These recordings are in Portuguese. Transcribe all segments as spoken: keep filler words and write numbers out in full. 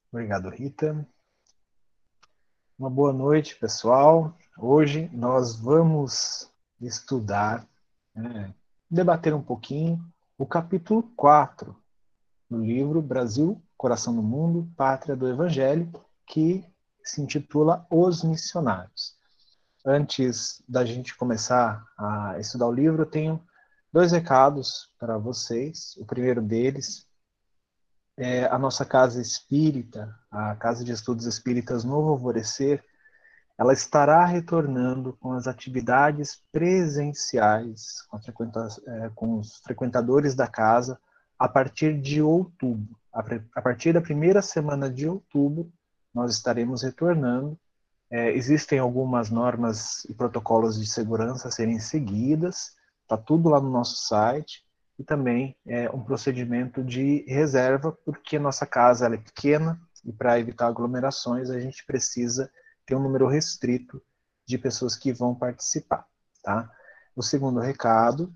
Obrigado, Rita. Uma boa noite, pessoal. Hoje nós vamos estudar, né, debater um pouquinho o capítulo quatro do livro Brasil, Coração do Mundo, Pátria do Evangelho, que se intitula Os Missionários. Antes da gente começar a estudar o livro, eu tenho dois recados para vocês. O primeiro deles é a nossa casa espírita, a Casa de Estudos Espíritas Novo Alvorecer. Ela estará retornando com as atividades presenciais com, é, com os frequentadores da casa a partir de outubro. A, a partir da primeira semana de outubro, nós estaremos retornando. É, existem algumas normas e protocolos de segurança a serem seguidas, está tudo lá no nosso site, e também é, um procedimento de reserva, porque nossa casa ela é pequena, e para evitar aglomerações a gente precisa ter um número restrito de pessoas que vão participar. Tá? O segundo recado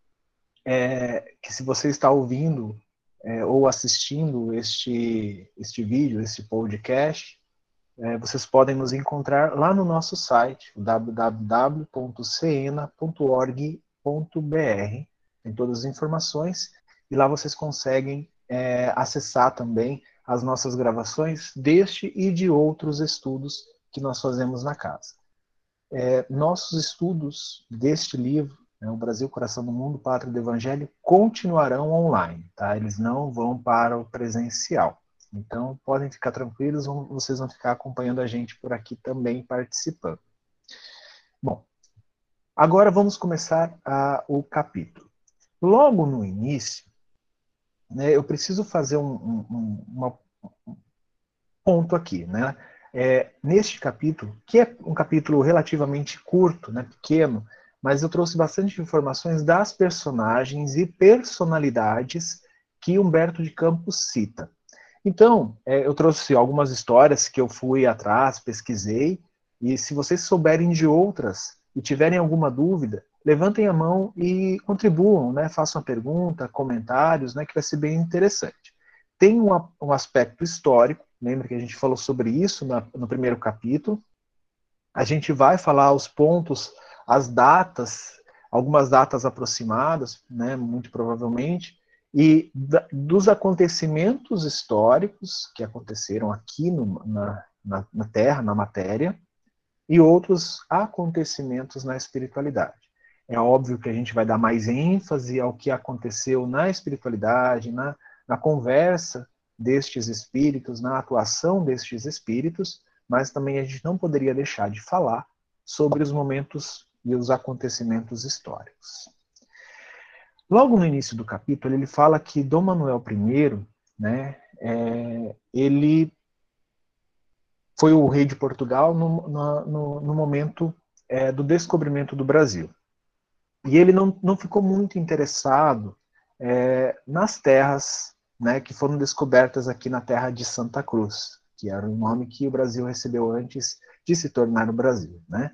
é que se você está ouvindo é, ou assistindo este, este vídeo, este podcast, é, vocês podem nos encontrar lá no nosso site, w w w ponto cena ponto org ponto b r. Tem todas as informações e lá vocês conseguem é, acessar também as nossas gravações deste e de outros estudos que nós fazemos na casa. É, nossos estudos deste livro, né, O Brasil, Coração do Mundo, Pátria do Evangelho, continuarão online, tá? Eles não vão para o presencial. Então, podem ficar tranquilos, vocês vão ficar acompanhando a gente por aqui também, participando. Bom, agora vamos começar a, o capítulo. Logo no início, né, eu preciso fazer um, um, uma, um ponto aqui, né? É, neste capítulo, que é um capítulo relativamente curto, né, pequeno, mas eu trouxe bastante informações das personagens e personalidades que Humberto de Campos cita. Então, é, eu trouxe algumas histórias que eu fui atrás, pesquisei, e se vocês souberem de outras e tiverem alguma dúvida, levantem a mão e contribuam, né? Façam a pergunta, comentários, né? Que vai ser bem interessante. Tem um, um aspecto histórico, lembra que a gente falou sobre isso na, no primeiro capítulo. A gente vai falar os pontos, as datas, algumas datas aproximadas, né? Muito provavelmente, e da, dos acontecimentos históricos que aconteceram aqui no, na, na, na Terra, na matéria, e outros acontecimentos na espiritualidade. É óbvio que a gente vai dar mais ênfase ao que aconteceu na espiritualidade, na, na conversa destes espíritos, na atuação destes espíritos, mas também a gente não poderia deixar de falar sobre os momentos e os acontecimentos históricos. Logo no início do capítulo, ele fala que Dom Manuel I, né, é, ele foi o rei de Portugal no, no, no momento é, do descobrimento do Brasil. E ele não, não ficou muito interessado é, nas terras, né, que foram descobertas aqui na terra de Santa Cruz, que era o nome que o Brasil recebeu antes de se tornar o Brasil. Né?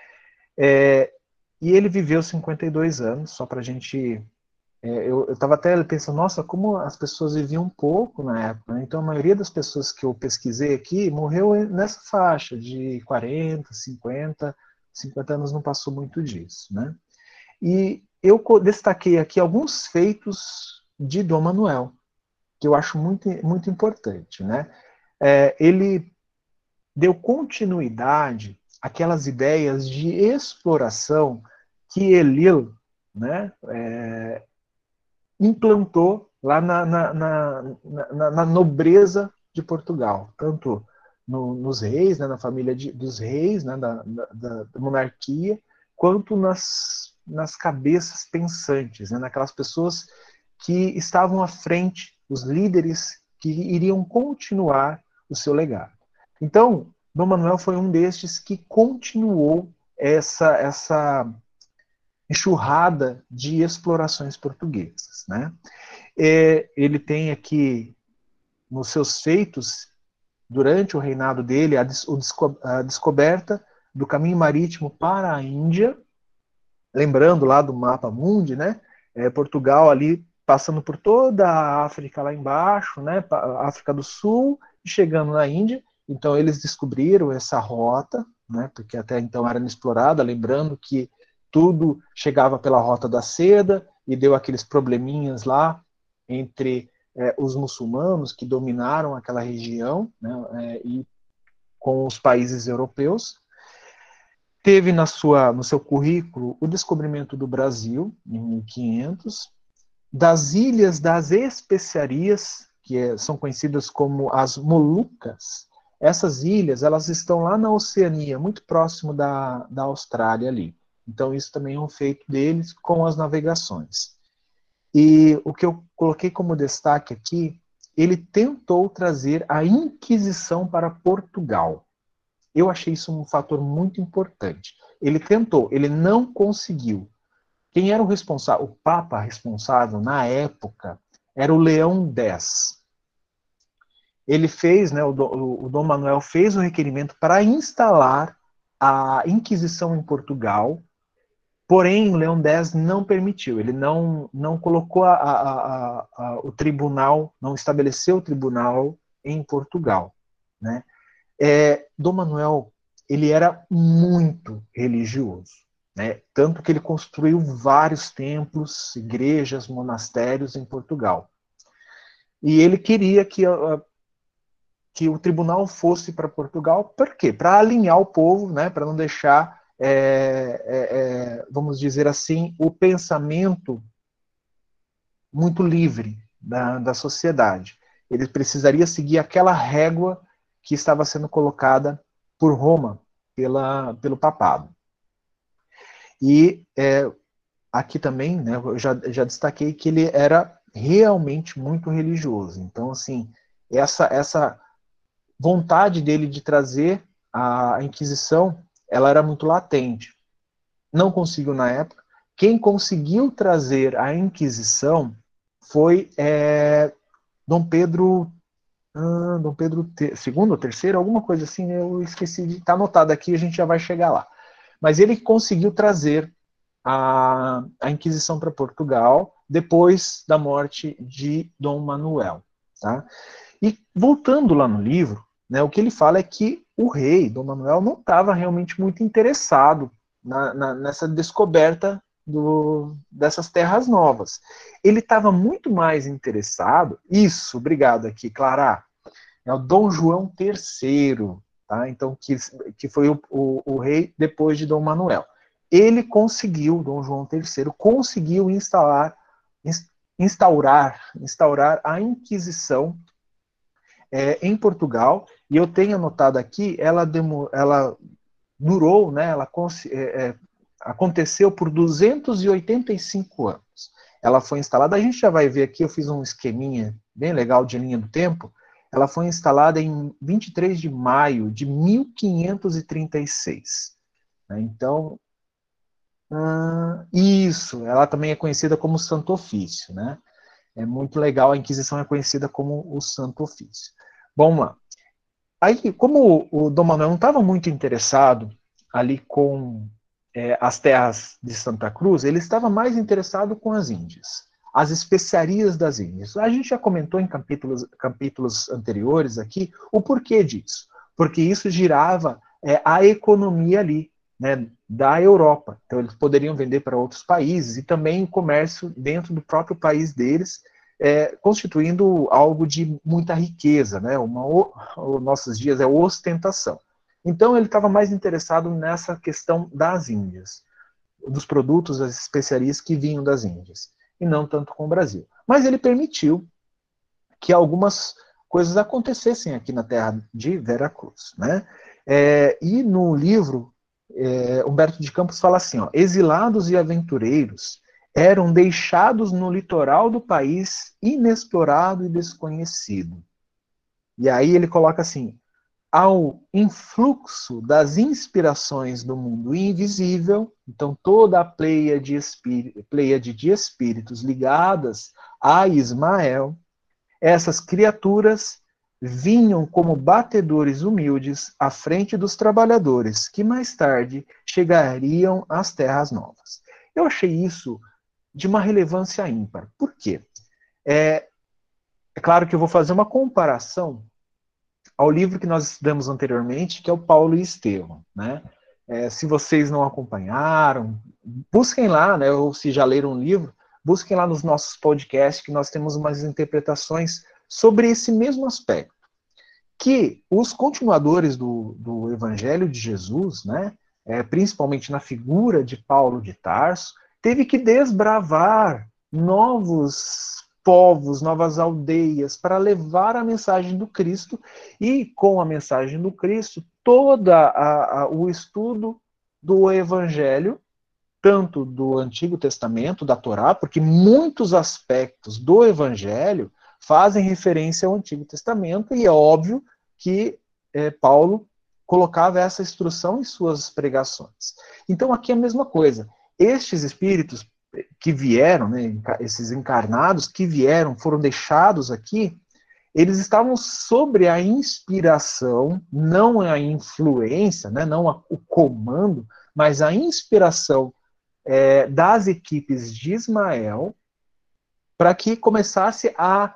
É, e ele viveu cinquenta e dois anos, só para a gente... É, eu estava até pensando, nossa, como as pessoas viviam pouco na época. Né? Então, a maioria das pessoas que eu pesquisei aqui morreu nessa faixa de quarenta, cinquenta, cinquenta anos, não passou muito disso. Né? E eu destaquei aqui alguns feitos de Dom Manuel, que eu acho muito, muito importante. Né? É, ele deu continuidade àquelas ideias de exploração que Elil, né, é, implantou lá na, na, na, na, na nobreza de Portugal, tanto no, nos reis, né, na família de, dos reis, né, da, da, da monarquia, quanto nas, nas cabeças pensantes, né, naquelas pessoas que estavam à frente, os líderes que iriam continuar o seu legado. Então, Dom Manuel foi um destes que continuou essa, essa enxurrada de explorações portuguesas. Né? É, ele tem aqui, nos seus feitos, durante o reinado dele, a, desco a descoberta do caminho marítimo para a Índia, lembrando lá do mapa mundi, né? É, Portugal ali passando por toda a África lá embaixo, né? A África do Sul, chegando na Índia, então eles descobriram essa rota, né, porque até então era inexplorada, lembrando que tudo chegava pela Rota da Seda e deu aqueles probleminhas lá entre é, os muçulmanos que dominaram aquela região, né, é, e com os países europeus. Teve na sua, no seu currículo o descobrimento do Brasil, em mil e quinhentos, das Ilhas das Especiarias, que é, são conhecidas como as Molucas. Essas ilhas, elas estão lá na Oceania, muito próximo da, da Austrália ali. Então isso também é um feito deles com as navegações. E o que eu coloquei como destaque aqui, ele tentou trazer a Inquisição para Portugal. Eu achei isso um fator muito importante. Ele tentou, ele não conseguiu. Quem era o responsável, o Papa responsável na época, era o Leão X. Ele fez, né, o, o, o Dom Manuel fez o requerimento para instalar a Inquisição em Portugal, porém o Leão X não permitiu, ele não, não colocou a, a, a, a, o tribunal, não estabeleceu o tribunal em Portugal, né? É, Dom Manuel, ele era muito religioso, né? Tanto que ele construiu vários templos, igrejas, monastérios em Portugal. E ele queria que, que o tribunal fosse para Portugal, por quê? Para alinhar o povo, né? Para não deixar, é, é, é, vamos dizer assim, o pensamento muito livre da, da sociedade. Ele precisaria seguir aquela régua que estava sendo colocada por Roma, pela, pelo papado. E é, aqui também, né, eu já, já destaquei que ele era realmente muito religioso. Então, assim, essa, essa vontade dele de trazer a Inquisição, ela era muito latente. Não conseguiu na época. Quem conseguiu trazer a Inquisição foi é, Dom Pedro Ah, Dom Pedro segundo ou terceiro, alguma coisa assim, eu esqueci de estar tá anotado aqui, a gente já vai chegar lá. Mas ele conseguiu trazer a, a Inquisição para Portugal depois da morte de Dom Manuel. Tá? E voltando lá no livro, né, o que ele fala é que o rei, Dom Manuel, não estava realmente muito interessado na, na, nessa descoberta do, dessas terras novas. Ele estava muito mais interessado, isso, obrigado aqui, Clara, é o Dom João terceiro, tá? Então, que, que foi o, o, o rei depois de Dom Manuel. Ele conseguiu, Dom João terceiro, conseguiu instalar, instaurar, instaurar a Inquisição é, em Portugal, e eu tenho anotado aqui, ela, demo, ela durou, né, ela é, é, aconteceu por duzentos e oitenta e cinco anos. Ela foi instalada, a gente já vai ver aqui, eu fiz um esqueminha bem legal de linha do tempo. Ela foi instalada em vinte e três de maio de mil quinhentos e trinta e seis. Então, hum, isso, ela também é conhecida como Santo Ofício, né? É muito legal, a Inquisição é conhecida como o Santo Ofício. Vamos lá. Aí, como o Dom Manuel não estava muito interessado ali com é, as terras de Santa Cruz, ele estava mais interessado com as Índias, as especiarias das Índias. A gente já comentou em capítulos, capítulos anteriores aqui o porquê disso. Porque isso girava é, a economia ali, né, da Europa. Então, eles poderiam vender para outros países e também o comércio dentro do próprio país deles, É, constituindo algo de muita riqueza, né? Uma, os nossos dias é ostentação. Então ele estava mais interessado nessa questão das Índias, dos produtos, das especiarias que vinham das Índias, e não tanto com o Brasil. Mas ele permitiu que algumas coisas acontecessem aqui na terra de Veracruz, né? É, e no livro, é, Humberto de Campos fala assim, ó, exilados e aventureiros eram deixados no litoral do país inexplorado e desconhecido. E aí ele coloca assim, ao influxo das inspirações do mundo invisível, então toda a pleia de, espírito, pleia de espíritos ligadas a Ismael, essas criaturas vinham como batedores humildes à frente dos trabalhadores, que mais tarde chegariam às terras novas. Eu achei isso de uma relevância ímpar. Por quê? É, é claro que eu vou fazer uma comparação ao livro que nós estudamos anteriormente, que é o Paulo e Estevão, né? É, se vocês não acompanharam, busquem lá, né? Ou se já leram o livro, busquem lá nos nossos podcasts, que nós temos umas interpretações sobre esse mesmo aspecto. Que os continuadores do, do Evangelho de Jesus, né? É, principalmente na figura de Paulo de Tarso, teve que desbravar novos povos, novas aldeias, para levar a mensagem do Cristo, e com a mensagem do Cristo, todo o estudo do Evangelho, tanto do Antigo Testamento, da Torá, porque muitos aspectos do Evangelho fazem referência ao Antigo Testamento, e é óbvio que é, Paulo colocava essa instrução em suas pregações. Então aqui é a mesma coisa. Estes espíritos que vieram, né, esses encarnados que vieram, foram deixados aqui, eles estavam sobre a inspiração, não a influência, né, não a, o comando, mas a inspiração é, das equipes de Ismael, para que começasse a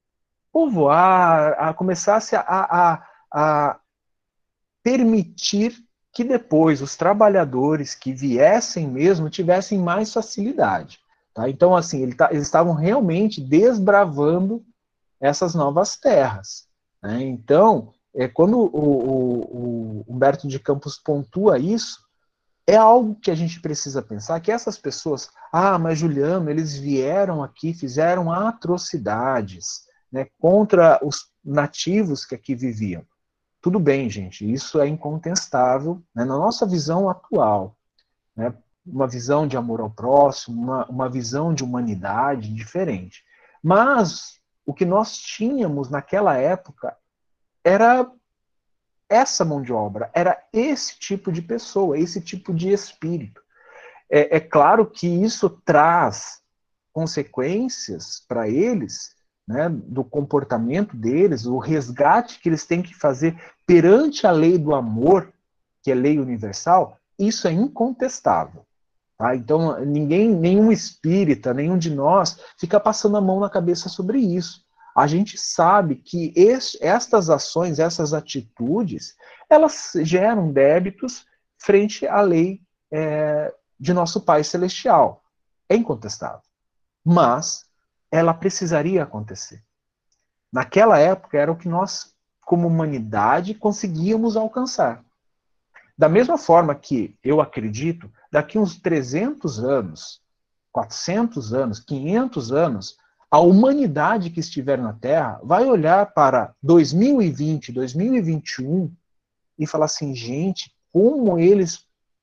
povoar, a começasse a, a, a permitir que depois os trabalhadores que viessem mesmo tivessem mais facilidade. Tá? Então, assim, ele tá, eles estavam realmente desbravando essas novas terras. Né? Então, é, quando o, o, o Humberto de Campos pontua isso, é algo que a gente precisa pensar, que essas pessoas, ah, mas Juliano, eles vieram aqui, fizeram atrocidades, né, contra os nativos que aqui viviam. Tudo bem, gente, isso é incontestável, né, na nossa visão atual, né, uma visão de amor ao próximo, uma, uma visão de humanidade diferente. Mas o que nós tínhamos naquela época era essa mão de obra, era esse tipo de pessoa, esse tipo de espírito. É, é claro que isso traz consequências para eles, né, do comportamento deles, o resgate que eles têm que fazer perante a lei do amor, que é lei universal, isso é incontestável. Tá? Então, ninguém, nenhum espírita, nenhum de nós fica passando a mão na cabeça sobre isso. A gente sabe que este, estas ações, essas atitudes, elas geram débitos frente à lei é, de nosso Pai Celestial. É incontestável. Mas ela precisaria acontecer. Naquela época era o que nós, como humanidade, conseguíamos alcançar. Da mesma forma que eu acredito, daqui uns trezentos anos, quatrocentos anos, quinhentos anos, a humanidade que estiver na Terra vai olhar para dois mil e vinte, dois mil e vinte e um e falar assim, gente, como eles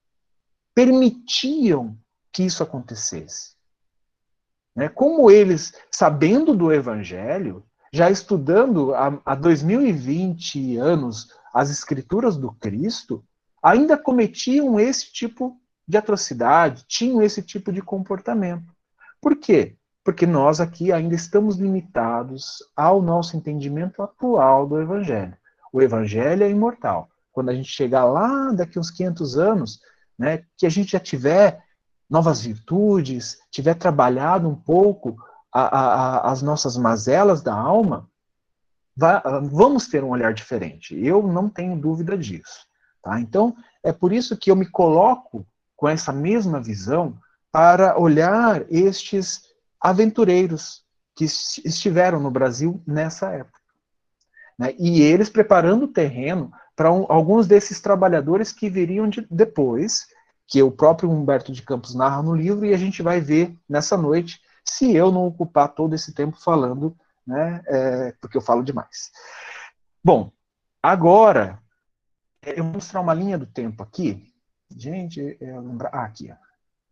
permitiam que isso acontecesse. Né? Como eles, sabendo do Evangelho, já estudando há, há dois mil e vinte anos as Escrituras do Cristo, ainda cometiam esse tipo de atrocidade, tinham esse tipo de comportamento. Por quê? Porque nós aqui ainda estamos limitados ao nosso entendimento atual do Evangelho. O Evangelho é imortal. Quando a gente chegar lá, daqui uns quinhentos anos, né, que a gente já tiver novas virtudes, tiver trabalhado um pouco a, a, a, as nossas mazelas da alma, vai, vamos ter um olhar diferente. Eu não tenho dúvida disso. Tá? Então, é por isso que eu me coloco com essa mesma visão para olhar estes aventureiros que estiveram no Brasil nessa época. Né? E eles preparando o terreno para um, alguns desses trabalhadores que viriam de, depois, que o próprio Humberto de Campos narra no livro, e a gente vai ver nessa noite, se eu não ocupar todo esse tempo falando, né, é, porque eu falo demais. Bom, agora, eu vou mostrar uma linha do tempo aqui. Gente, eu lembrar... Ah, aqui, ó.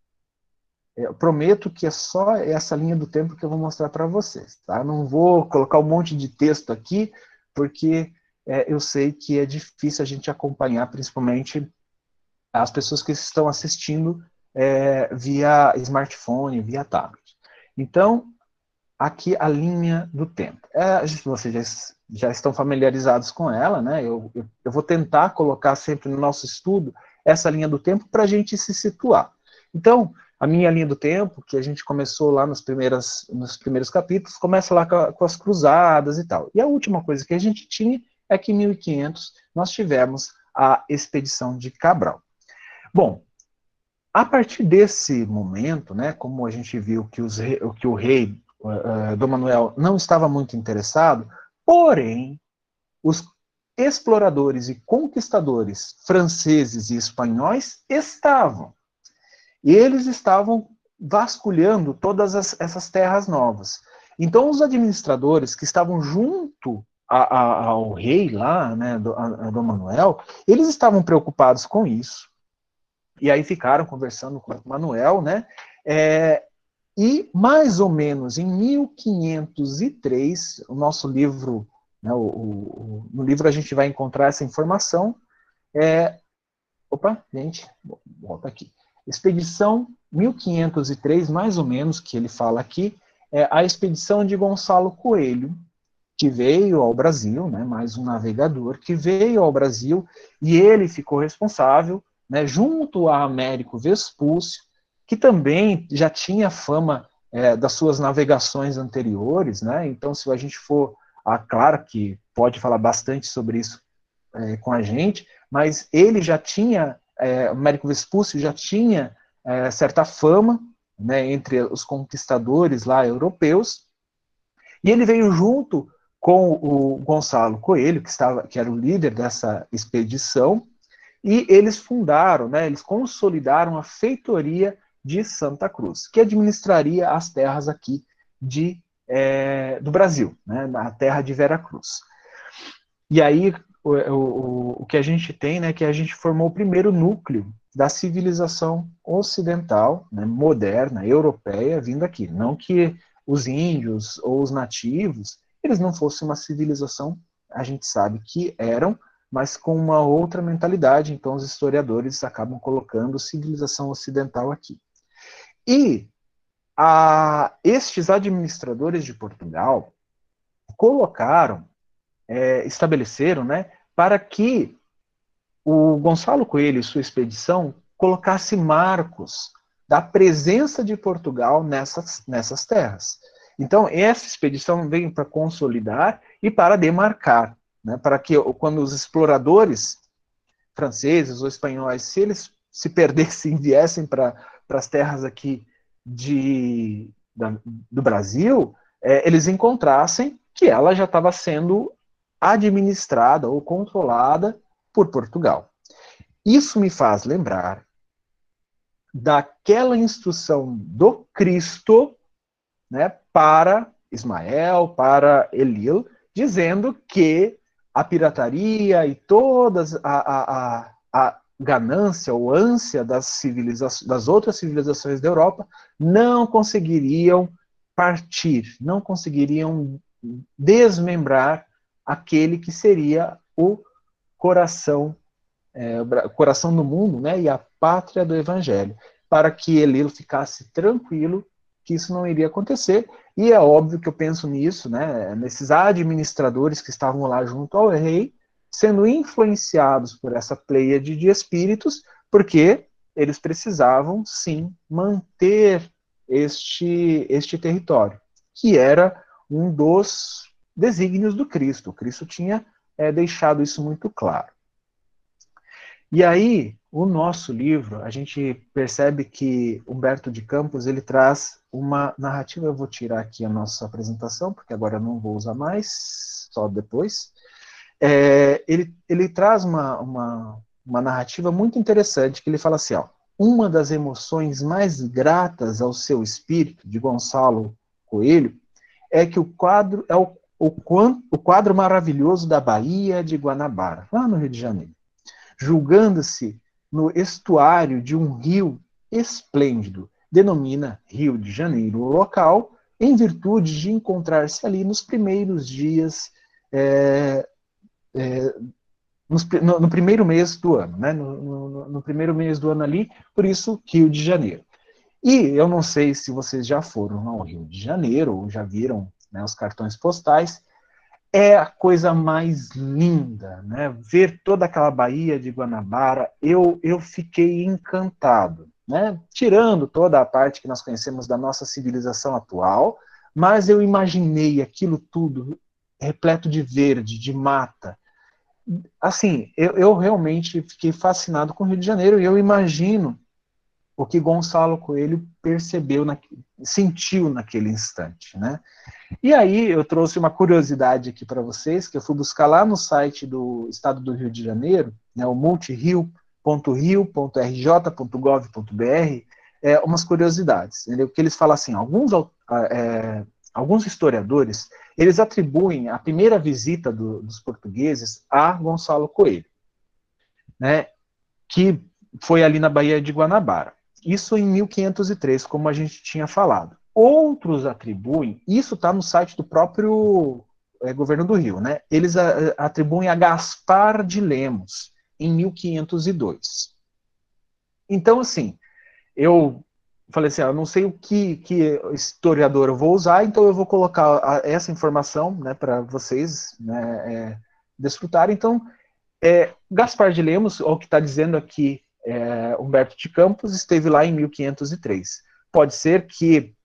Eu prometo que é só essa linha do tempo que eu vou mostrar para vocês. Tá? Não vou colocar um monte de texto aqui, porque é, eu sei que é difícil a gente acompanhar, principalmente as pessoas que estão assistindo é, via smartphone, via tablet. Então, aqui a linha do tempo. É, vocês já, já estão familiarizados com ela, né? Eu, eu, eu vou tentar colocar sempre no nosso estudo essa linha do tempo para a gente se situar. Então, a minha linha do tempo, que a gente começou lá nos, primeiras, nos primeiros capítulos, começa lá com, a, com as cruzadas e tal. E a última coisa que a gente tinha é que em mil e quinhentos nós tivemos a expedição de Cabral. Bom, a partir desse momento, né, como a gente viu que, os, que o rei uh, Dom Manuel não estava muito interessado, porém, os exploradores e conquistadores franceses e espanhóis estavam. E eles estavam vasculhando todas as, essas terras novas. Então, os administradores que estavam junto a, a, ao rei lá, né, do, a, a Dom Manuel, eles estavam preocupados com isso. E aí ficaram conversando com o Manuel, né? É, e mais ou menos em mil quinhentos e três, o nosso livro, né, o, o, no livro a gente vai encontrar essa informação. É, opa, gente, volta aqui. Expedição mil quinhentos e três, mais ou menos, que ele fala aqui, é a expedição de Gonçalo Coelho, que veio ao Brasil, né, mais um navegador, que veio ao Brasil, e ele ficou responsável, né, junto a Américo Vespúcio, que também já tinha fama é, das suas navegações anteriores, né, então se a gente for, ah, claro que pode falar bastante sobre isso é, com a gente, mas ele já tinha, é, Américo Vespúcio já tinha é, certa fama, né, entre os conquistadores lá europeus, e ele veio junto com o Gonçalo Coelho, que, estava, que era o líder dessa expedição, e eles fundaram, né, eles consolidaram a feitoria de Santa Cruz, que administraria as terras aqui de, é, do Brasil, né, na terra de Veracruz. E aí o, o, o que a gente tem, né, que a gente formou o primeiro núcleo da civilização ocidental, né, moderna, europeia, vindo aqui. Não que os índios ou os nativos, eles não fossem uma civilização, a gente sabe que eram, mas com uma outra mentalidade, então os historiadores acabam colocando civilização ocidental aqui. E a, estes administradores de Portugal colocaram, é, estabeleceram, né, para que o Gonçalo Coelho e sua expedição colocasse marcos da presença de Portugal nessas, nessas terras. Então, essa expedição veio para consolidar e para demarcar, né, para que quando os exploradores franceses ou espanhóis, se eles se perdessem e viessem para as terras aqui de, da, do Brasil, é, eles encontrassem que ela já estava sendo administrada ou controlada por Portugal. Isso me faz lembrar daquela instrução do Cristo, né, para Ismael, para Elil, dizendo que a pirataria e todas a, a, a, a ganância ou ânsia das, civilizações, das outras civilizações da Europa não conseguiriam partir, não conseguiriam desmembrar aquele que seria o coração, é, o coração do mundo, né, e a pátria do Evangelho, para que Elilo ficasse tranquilo que isso não iria acontecer. E é óbvio que eu penso nisso, né, nesses administradores que estavam lá junto ao rei, sendo influenciados por essa pleiade de espíritos, porque eles precisavam, sim, manter este, este território, que era um dos desígnios do Cristo. O Cristo tinha é, deixado isso muito claro. E aí, o nosso livro, a gente percebe que Humberto de Campos, ele traz uma narrativa, eu vou tirar aqui a nossa apresentação, porque agora eu não vou usar mais, só depois. É, ele, ele traz uma, uma, uma narrativa muito interessante, que ele fala assim, ó, uma das emoções mais gratas ao seu espírito, de Gonçalo Coelho, é que o quadro é o, o, o quadro maravilhoso da Baía de Guanabara, lá no Rio de Janeiro, julgando-se no estuário de um rio esplêndido, denomina Rio de Janeiro o local, em virtude de encontrar-se ali nos primeiros dias, é, é, nos, no, no primeiro mês do ano, né, no, no, no primeiro mês do ano ali, por isso Rio de Janeiro. E eu não sei se vocês já foram ao Rio de Janeiro, ou já viram, né, os cartões postais, é a coisa mais linda, né? Ver toda aquela Baía de Guanabara, eu, eu fiquei encantado, né? Tirando toda a parte que nós conhecemos da nossa civilização atual, mas eu imaginei aquilo tudo repleto de verde, de mata, assim, eu, eu realmente fiquei fascinado com o Rio de Janeiro e eu imagino o que Gonçalo Coelho percebeu, na, sentiu naquele instante, né? E aí eu trouxe uma curiosidade aqui para vocês, que eu fui buscar lá no site do Estado do Rio de Janeiro, né, o multirio ponto rio ponto r j ponto gov ponto b r, é, umas curiosidades. Entendeu? Que eles falam assim, alguns, é, alguns historiadores, eles atribuem a primeira visita do, dos portugueses a Gonçalo Coelho, né, que foi ali na Baía de Guanabara. Isso em mil quinhentos e três, como a gente tinha falado. Outros atribuem, isso está no site do próprio é, governo do Rio, né? Eles a, atribuem a Gaspar de Lemos, em mil quinhentos e dois. Então, assim, eu falei assim, ah, eu não sei o que, que historiador eu vou usar, então eu vou colocar a, essa informação, né, para vocês, né, é, desfrutarem. Então, é, Gaspar de Lemos, o que está dizendo aqui, é, Humberto de Campos, esteve lá em mil quinhentos e três. Pode ser que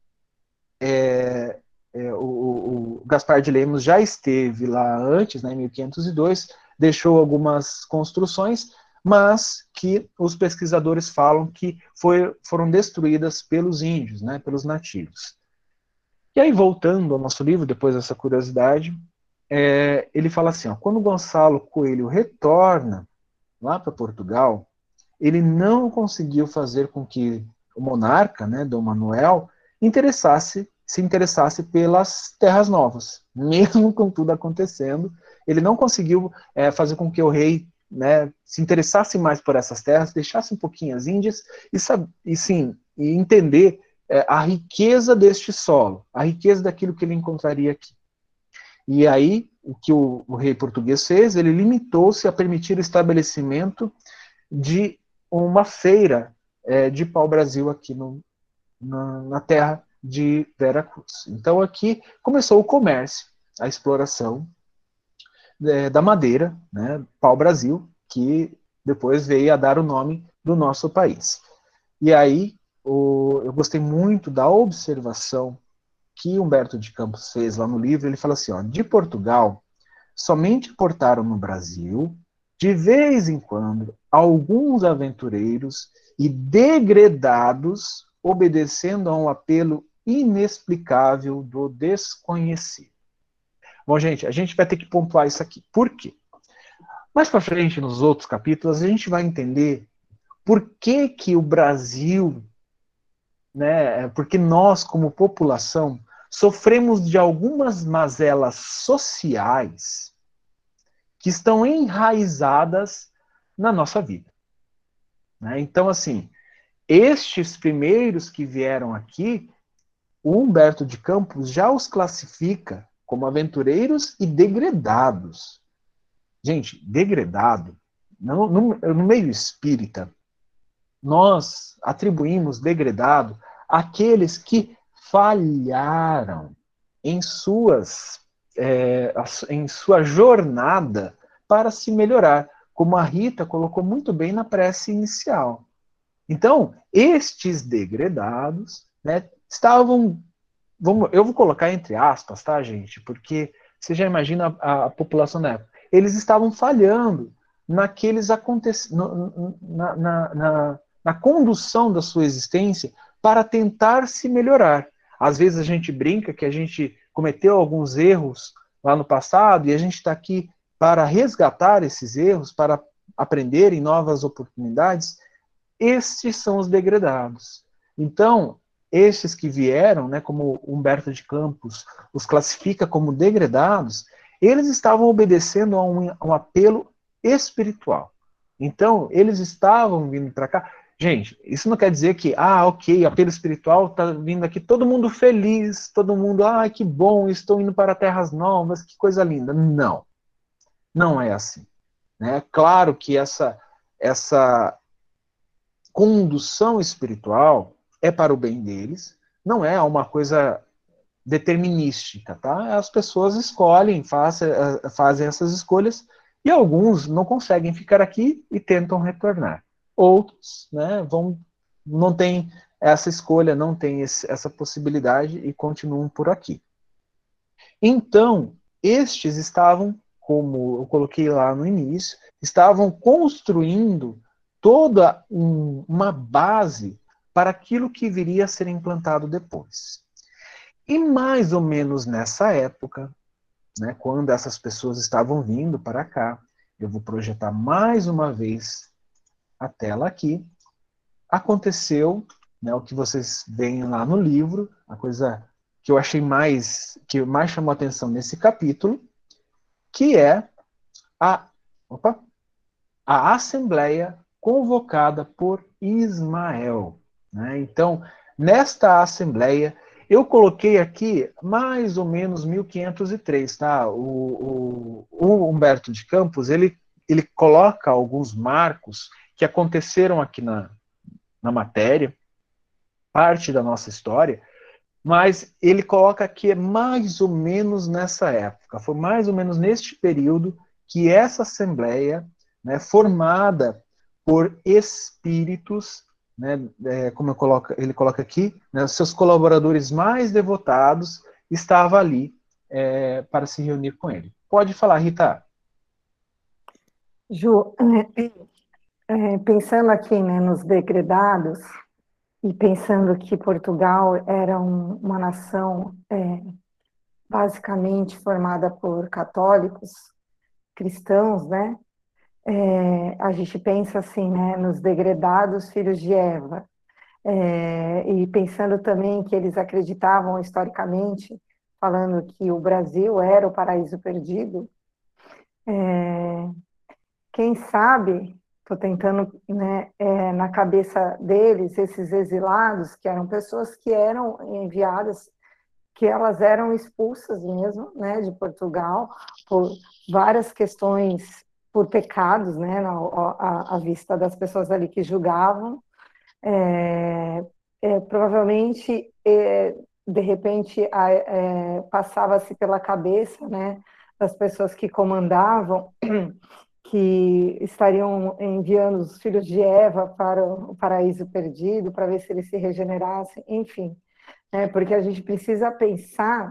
é, é, o, o Gaspar de Lemos já esteve lá antes, né, em mil quinhentos e dois, deixou algumas construções, mas que os pesquisadores falam que foi, foram destruídas pelos índios, né, pelos nativos. E aí, voltando ao nosso livro, depois dessa curiosidade, é, ele fala assim, ó, quando Gonçalo Coelho retorna lá para Portugal, ele não conseguiu fazer com que o monarca, né, Dom Manuel, interessasse, se interessasse pelas terras novas. Mesmo com tudo acontecendo, ele não conseguiu é, fazer com que o rei, né, se interessasse mais por essas terras, deixasse um pouquinho as Índias e, e sim, e entender é, a riqueza deste solo, a riqueza daquilo que ele encontraria aqui. E aí, o que o, o rei português fez, ele limitou-se a permitir o estabelecimento de uma feira é, de pau-brasil aqui no, na, na terra de Veracruz. Então aqui começou o comércio, a exploração é, da madeira, né, pau-brasil, que depois veio a dar o nome do nosso país. E aí o, eu gostei muito da observação que Humberto de Campos fez lá no livro. Ele fala assim, ó, de Portugal, somente portaram no Brasil, de vez em quando, alguns aventureiros e degredados, obedecendo a um apelo inexplicável do desconhecido. Bom, gente, a gente vai ter que pontuar isso aqui. Por quê? Mais para frente, nos outros capítulos, a gente vai entender por que, que o Brasil, né, porque nós, como população, sofremos de algumas mazelas sociais que estão enraizadas na nossa vida. Né? Então, assim, estes primeiros que vieram aqui, o Humberto de Campos já os classifica como aventureiros e degredados. Gente, degredado, no, no, no meio espírita, nós atribuímos degredado àqueles que falharam em suas é, em sua jornada para se melhorar, como a Rita colocou muito bem na prece inicial. Então, estes degredados, né, estavam, vamos, eu vou colocar entre aspas, tá, gente? Porque você já imagina a, a população da época. Eles estavam falhando naqueles acontecimentos, na, na, na, na condução da sua existência para tentar se melhorar. Às vezes a gente brinca que a gente cometeu alguns erros lá no passado e a gente está aqui para resgatar esses erros, para aprender em novas oportunidades. Estes são os degredados. Então, estes que vieram, né, como Humberto de Campos os classifica como degredados, eles estavam obedecendo a um, a um apelo espiritual. Então, eles estavam vindo para cá. Gente, isso não quer dizer que, ah, ok, apelo espiritual está vindo aqui, todo mundo feliz, todo mundo, ah, que bom, estou indo para terras novas, que coisa linda. Não, não é assim. Né? Claro que essa, essa condução espiritual é para o bem deles, não é uma coisa determinística, tá? As pessoas escolhem, fazem, fazem essas escolhas e alguns não conseguem ficar aqui e tentam retornar. Outros, né, vão, não têm essa escolha, não têm esse, essa possibilidade e continuam por aqui. Então, estes estavam como eu coloquei lá no início, estavam construindo toda um, uma base para aquilo que viria a ser implantado depois. E mais ou menos nessa época, né, quando essas pessoas estavam vindo para cá, eu vou projetar mais uma vez a tela aqui, aconteceu, né, o que vocês veem lá no livro, a coisa que eu achei mais, que mais chamou atenção nesse capítulo, que é a, opa, a assembleia convocada por Ismael. Né? Então, nesta assembleia, eu coloquei aqui mais ou menos mil quinhentos e três, tá? O, o, o Humberto de Campos, ele, ele coloca alguns marcos que aconteceram aqui na, na matéria, parte da nossa história, mas ele coloca que é mais ou menos nessa época, foi mais ou menos neste período que essa assembleia, né, formada por espíritos, né, é, como coloco, ele coloca aqui, né, os seus colaboradores mais devotados, estava ali é, para se reunir com ele. Pode falar, Rita. Ju, é, pensando aqui, né, nos degredados, e pensando que Portugal era um, uma nação é, basicamente formada por católicos, cristãos, né? É, a gente pensa assim, né, nos degredados filhos de Eva, é, e pensando também que eles acreditavam historicamente, falando que o Brasil era o paraíso perdido, é, quem sabe, estou tentando, né, é, na cabeça deles, esses exilados, que eram pessoas que eram enviadas, que elas eram expulsas mesmo, né, de Portugal, por várias questões, por pecados, né, à, à vista das pessoas ali que julgavam. É, é, provavelmente, é, de repente, é, passava-se pela cabeça, né, das pessoas que comandavam, que estariam enviando os filhos de Eva para o paraíso perdido, para ver se eles se regenerassem, enfim. Né? Porque a gente precisa pensar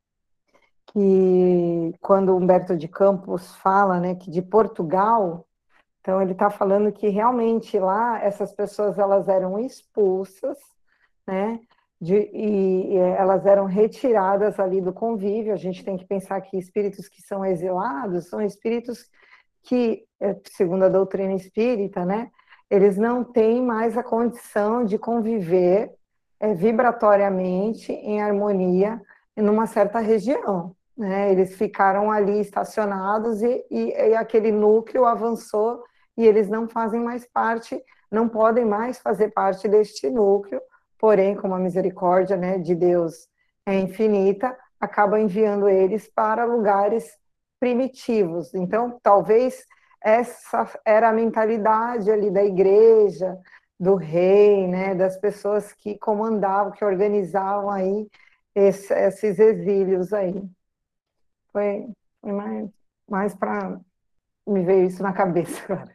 que, quando Humberto de Campos fala, né, que de Portugal, então ele está falando que realmente lá essas pessoas elas eram expulsas, né, de, e, e elas eram retiradas ali do convívio. A gente tem que pensar que espíritos que são exilados são espíritos que, segundo a doutrina espírita, né, eles não têm mais a condição de conviver é, vibratoriamente, em harmonia, em uma certa região. Né? Eles ficaram ali estacionados e, e, e aquele núcleo avançou e eles não fazem mais parte, não podem mais fazer parte deste núcleo, porém, como a misericórdia, né, de Deus é infinita, acaba enviando eles para lugares primitivos. Então, talvez essa era a mentalidade ali da igreja, do rei, né, das pessoas que comandavam, que organizavam aí esse, esses exílios aí. Foi, foi mais, mais para me ver isso na cabeça agora.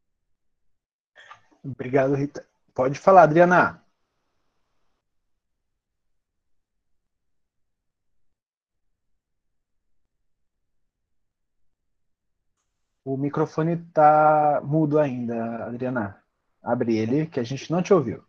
Obrigado, Rita. Pode falar, Adriana. O microfone está mudo ainda, Adriana. Abre ele, que a gente não te ouviu.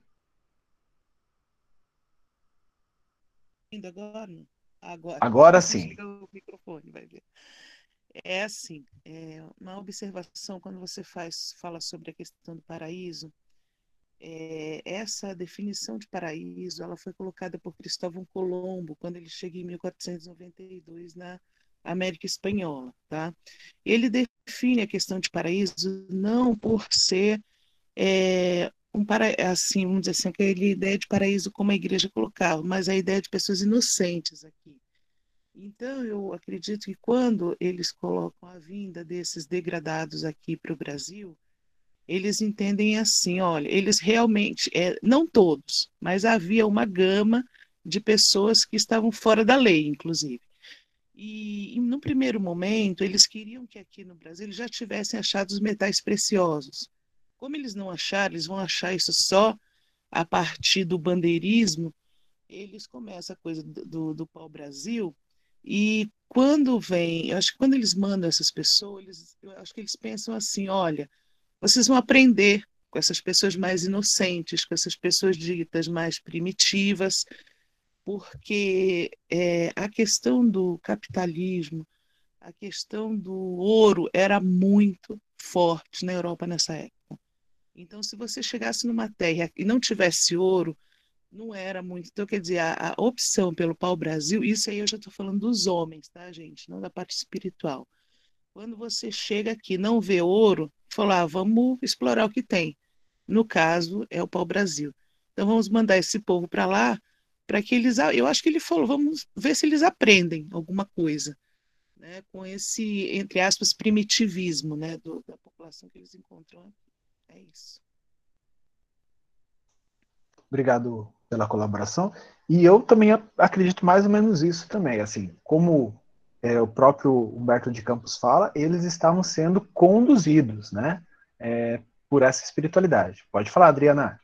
Ainda agora? Agora, Agora sim. liga o microfone, vai ver. É assim, é uma observação quando você faz, fala sobre a questão do paraíso, é, essa definição de paraíso, ela foi colocada por Cristóvão Colombo quando ele chega em mil quatrocentos e noventa e dois na América Espanhola, tá? Ele define a questão de paraíso não por ser é, um para, assim, vamos dizer assim, aquela ideia de paraíso como a igreja colocava, mas a ideia de pessoas inocentes aqui. Então, eu acredito que quando eles colocam a vinda desses degradados aqui para o Brasil, eles entendem assim, olha, eles realmente, é, não todos, mas havia uma gama de pessoas que estavam fora da lei, inclusive. E, e no primeiro momento, eles queriam que aqui no Brasil eles já tivessem achado os metais preciosos. Como eles não acharam, eles vão achar isso só a partir do bandeirismo, eles começam a coisa do, do, do pau-brasil E quando vem, eu acho que quando eles mandam essas pessoas, eles, eu acho que eles pensam assim, olha, vocês vão aprender com essas pessoas mais inocentes, com essas pessoas ditas mais primitivas, porque é, a questão do capitalismo, a questão do ouro era muito forte na Europa nessa época. Então, se você chegasse numa terra e não tivesse ouro, não era muito. Então, quer dizer, a, a opção pelo pau-brasil, isso aí eu já estou falando dos homens, tá, gente? Não da parte espiritual. Quando você chega aqui e não vê ouro, fala, ah, vamos explorar o que tem. No caso, é o pau-brasil. Então, vamos mandar esse povo para lá, para que eles. Eu acho que ele falou, vamos ver se eles aprendem alguma coisa, né, com esse, entre aspas, primitivismo, né, do, da população que eles encontram aqui. É isso. Obrigado pela colaboração. E eu também acredito mais ou menos isso também. Assim, como é, o próprio Humberto de Campos fala, eles estavam sendo conduzidos, né, é, por essa espiritualidade. Pode falar, Adriana.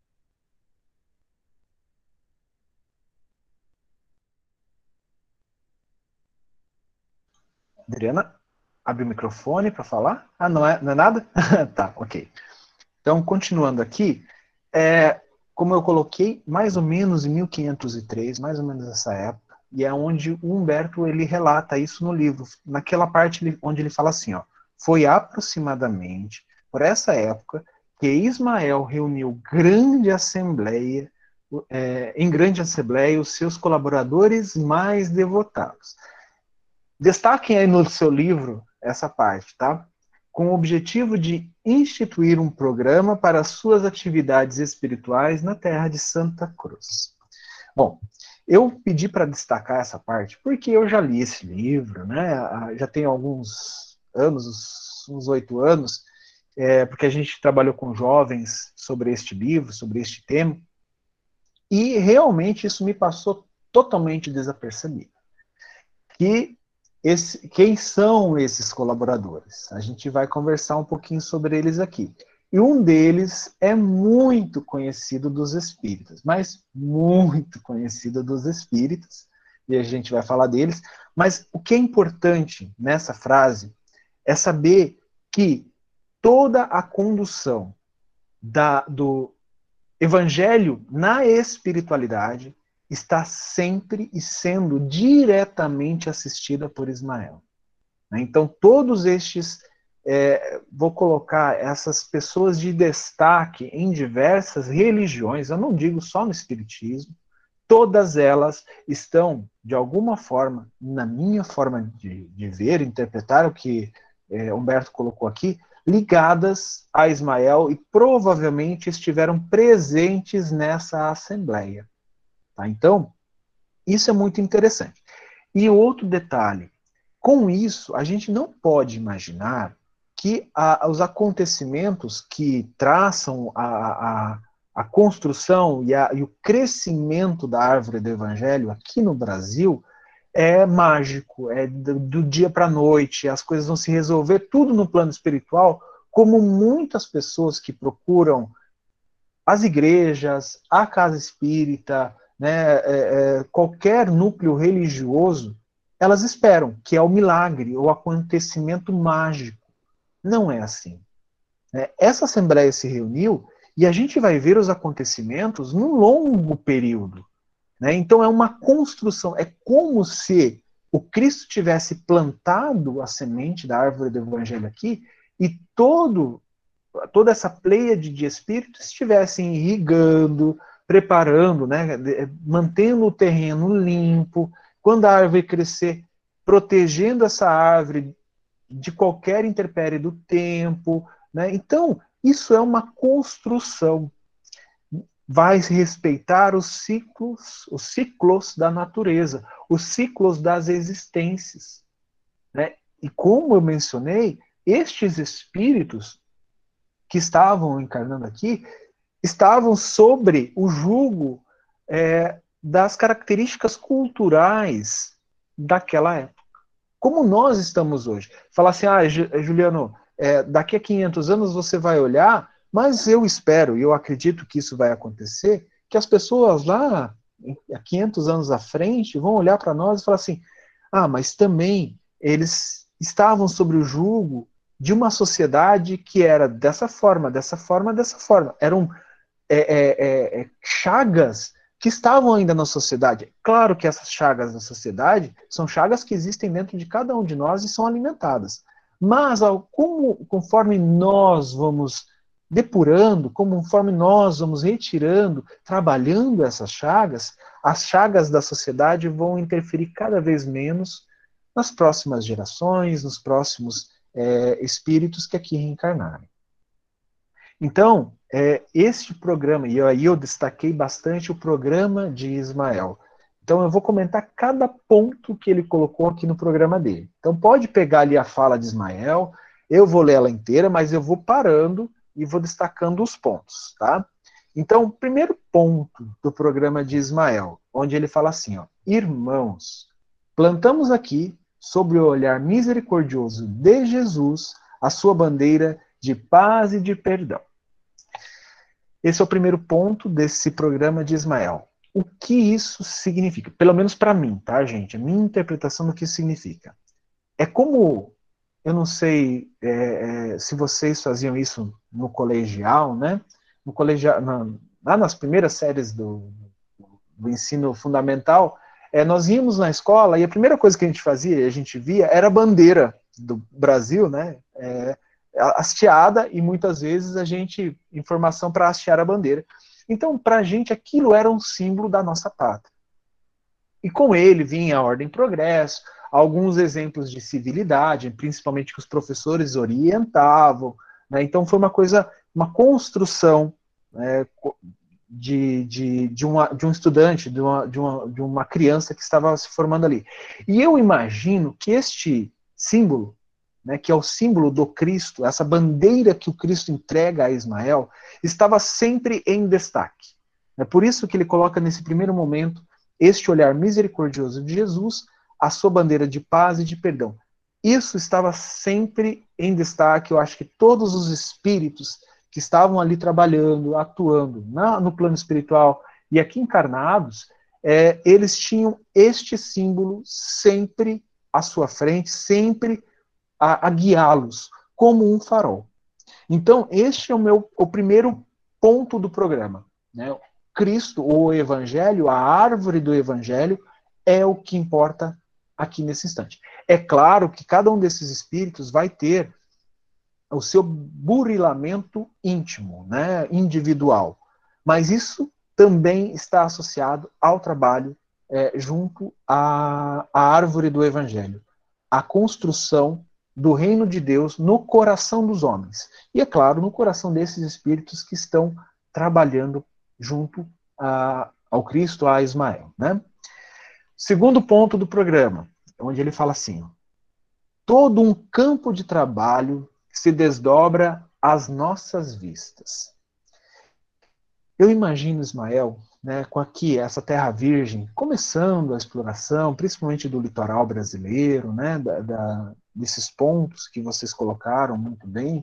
Adriana, abre o microfone para falar. Ah, não é, não é nada? Tá, ok. Então, continuando aqui, é, como eu coloquei, mais ou menos em mil quinhentos e três, mais ou menos nessa época, e é onde o Humberto ele relata isso no livro, naquela parte onde ele fala assim, ó, foi aproximadamente por essa época que Ismael reuniu grande assembleia, é, em grande assembleia os seus colaboradores mais devotados. Destaquem aí no seu livro essa parte, tá? Com o objetivo de instituir um programa para suas atividades espirituais na terra de Santa Cruz. Bom, eu pedi para destacar essa parte porque eu já li esse livro, né? Já tem alguns anos, uns oito anos, é, porque a gente trabalhou com jovens sobre este livro, sobre este tema, e realmente isso me passou totalmente desapercebido. Que esse, quem são esses colaboradores? A gente vai conversar um pouquinho sobre eles aqui. E um deles é muito conhecido dos espíritas, mas muito conhecido dos espíritas, e a gente vai falar deles. Mas o que é importante nessa frase é saber que toda a condução da, do evangelho na espiritualidade está sempre e sendo diretamente assistida por Ismael. Então, todos estes, é, vou colocar essas pessoas de destaque em diversas religiões, eu não digo só no Espiritismo, todas elas estão, de alguma forma, na minha forma de, de ver, interpretar o que é, Humberto colocou aqui, ligadas a Ismael e provavelmente estiveram presentes nessa assembleia. Tá? Então, isso é muito interessante. E outro detalhe, com isso, a gente não pode imaginar que a, os acontecimentos que traçam a, a, a construção e, a, e o crescimento da árvore do evangelho aqui no Brasil é mágico, é do, do dia para a noite, as coisas vão se resolver tudo no plano espiritual, como muitas pessoas que procuram as igrejas, a casa espírita, né, é, é, qualquer núcleo religioso, elas esperam que é o milagre, o acontecimento mágico. Não é assim. Né? Essa assembleia se reuniu e a gente vai ver os acontecimentos num longo período. Né? Então é uma construção, é como se o Cristo tivesse plantado a semente da árvore do evangelho aqui e todo, toda essa pleiade de espíritos estivessem irrigando, preparando, né, mantendo o terreno limpo, quando a árvore crescer, protegendo essa árvore de qualquer intempérie do tempo. Né? Então, isso é uma construção. Vai respeitar os ciclos, os ciclos da natureza, os ciclos das existências. Né? E como eu mencionei, estes espíritos que estavam encarnando aqui, estavam sobre o jugo é, das características culturais daquela época. Como nós estamos hoje. Falar assim, ah, Juliano, é, daqui a quinhentos anos você vai olhar, mas eu espero, e eu acredito que isso vai acontecer, que as pessoas lá, há quinhentos anos à frente, vão olhar para nós e falar assim, Ah, mas também eles estavam sobre o jugo de uma sociedade que era dessa forma, dessa forma, dessa forma. Eram é, é, é, chagas que estavam ainda na sociedade. Claro que essas chagas da sociedade são chagas que existem dentro de cada um de nós e são alimentadas. Mas como, conforme nós vamos depurando, conforme nós vamos retirando, trabalhando essas chagas, as chagas da sociedade vão interferir cada vez menos nas próximas gerações, nos próximos é, espíritos que aqui reencarnarem. Então, é, este programa, e aí eu destaquei bastante o programa de Ismael. Então eu vou comentar cada ponto que ele colocou aqui no programa dele. Então pode pegar ali a fala de Ismael, eu vou ler ela inteira, mas eu vou parando e vou destacando os pontos, tá? Então, o primeiro ponto do programa de Ismael, onde ele fala assim, ó, irmãos, plantamos aqui, sobre o olhar misericordioso de Jesus, a sua bandeira de paz e de perdão. Esse é o primeiro ponto desse programa de Ismael. O que isso significa? Pelo menos para mim, tá, gente? A minha interpretação do que isso significa. É como, eu não sei é, é, se vocês faziam isso no colegial, né? No colegial, na, lá nas primeiras séries do, do ensino fundamental, é, nós íamos na escola e a primeira coisa que a gente fazia, a gente via, era a bandeira do Brasil, né? É, hasteada, e muitas vezes a gente, informação para hastear a bandeira. Então, para a gente, aquilo era um símbolo da nossa pátria. E com ele vinha a ordem e progresso, alguns exemplos de civilidade, principalmente que os professores orientavam, né? Então foi uma coisa, uma construção, né, de, de, de, uma, de um estudante, de uma, de, uma, de uma criança que estava se formando ali. E eu imagino que este símbolo, né, que é o símbolo do Cristo, essa bandeira que o Cristo entrega a Ismael, estava sempre em destaque. É por isso que ele coloca nesse primeiro momento este olhar misericordioso de Jesus, a sua bandeira de paz e de perdão. Isso estava sempre em destaque. Eu acho que todos os espíritos que estavam ali trabalhando, atuando na, no plano espiritual e aqui encarnados, é, eles tinham este símbolo sempre à sua frente, sempre a, a guiá-los, como um farol. Então, este é o meu o primeiro ponto do programa, né? Cristo, o Evangelho, a árvore do Evangelho, é o que importa aqui nesse instante. É claro que cada um desses espíritos vai ter o seu burilamento íntimo, né, individual, mas isso também está associado ao trabalho é, junto à, à árvore do Evangelho, à construção do reino de Deus no coração dos homens. E, é claro, no coração desses espíritos que estão trabalhando junto a, ao Cristo, a Ismael. Né? Segundo ponto do programa, onde ele fala assim, ó, todo um campo de trabalho se desdobra às nossas vistas. Eu imagino Ismael, né, com aqui essa terra virgem, começando a exploração, principalmente do litoral brasileiro, né, da, da, desses pontos que vocês colocaram muito bem.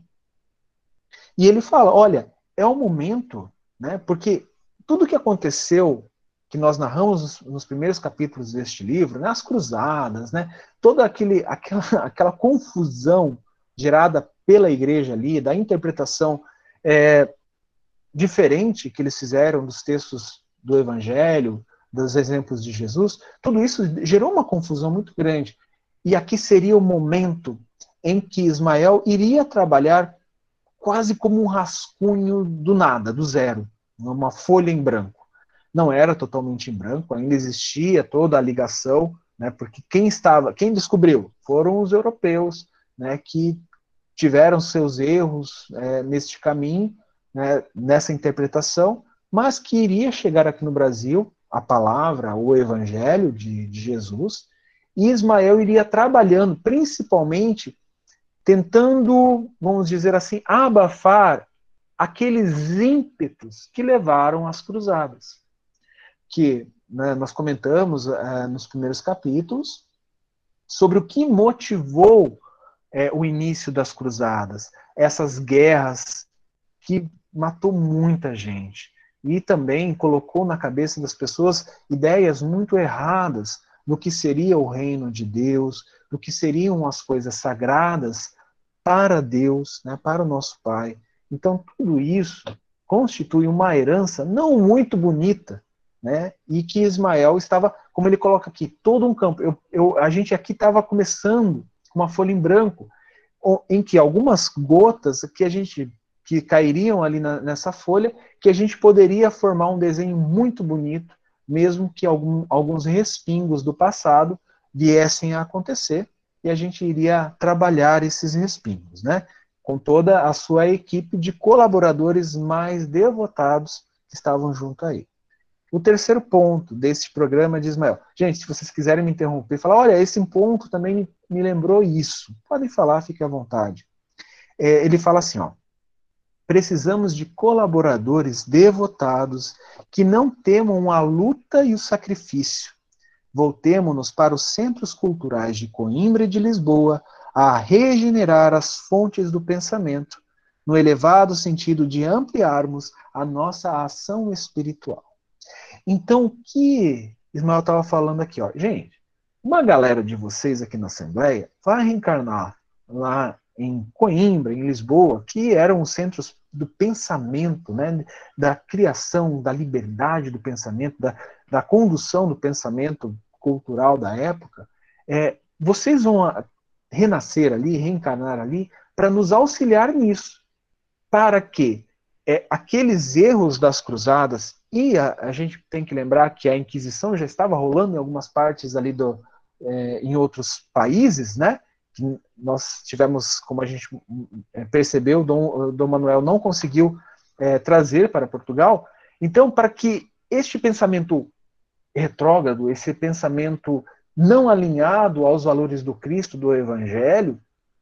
E ele fala, olha, é o momento, né, porque tudo que aconteceu, que nós narramos nos, nos primeiros capítulos deste livro, né, as cruzadas, né, toda aquele, aquela, aquela confusão gerada pela igreja ali, da interpretação é, diferente que eles fizeram dos textos do Evangelho, dos exemplos de Jesus, tudo isso gerou uma confusão muito grande. E aqui seria o momento em que Ismael iria trabalhar quase como um rascunho do nada, do zero, uma folha em branco. Não era totalmente em branco, ainda existia toda a ligação, né, porque quem estava, quem descobriu foram os europeus, né, que tiveram seus erros é, neste caminho, né, nessa interpretação, mas que iria chegar aqui no Brasil a palavra, o evangelho de, de Jesus, e Ismael iria trabalhando, principalmente, tentando, vamos dizer assim, abafar aqueles ímpetos que levaram às cruzadas, que né, nós comentamos uh, nos primeiros capítulos, sobre o que motivou é, o início das cruzadas, essas guerras que matou muita gente e também colocou na cabeça das pessoas ideias muito erradas no que seria o reino de Deus, no que seriam as coisas sagradas para Deus, né, para o nosso Pai. Então, tudo isso constitui uma herança não muito bonita, né, e que Ismael estava, como ele coloca aqui, todo um campo. Eu, eu, a gente aqui estava começando com uma folha em branco, em que algumas gotas que a gente que cairiam ali na, nessa folha, que a gente poderia formar um desenho muito bonito, mesmo que algum, alguns respingos do passado viessem a acontecer, e a gente iria trabalhar esses respingos, né? Com toda a sua equipe de colaboradores mais devotados que estavam junto aí. O terceiro ponto desse programa de Ismael. Gente, se vocês quiserem me interromper, falar, olha, esse ponto também me, me lembrou isso. Podem falar, fiquem à vontade. É, ele fala assim, ó, precisamos de colaboradores devotados que não temam a luta e o sacrifício. Voltemo-nos para os centros culturais de Coimbra e de Lisboa a regenerar as fontes do pensamento, no elevado sentido de ampliarmos a nossa ação espiritual. Então, o que Ismael estava falando aqui? Ó, gente, uma galera de vocês aqui na Assembleia vai reencarnar lá em Coimbra, em Lisboa, que eram os centros do pensamento, né, da criação, da liberdade do pensamento, da, da condução do pensamento cultural da época. É, vocês vão renascer ali, reencarnar ali, para nos auxiliar nisso, para que é, aqueles erros das cruzadas, e a, a gente tem que lembrar que a Inquisição já estava rolando em algumas partes ali do, é, em outros países, né? Que nós tivemos, como a gente percebeu, Dom, Dom Manuel não conseguiu é, trazer para Portugal. Então, para que este pensamento retrógrado, esse pensamento não alinhado aos valores do Cristo, do Evangelho,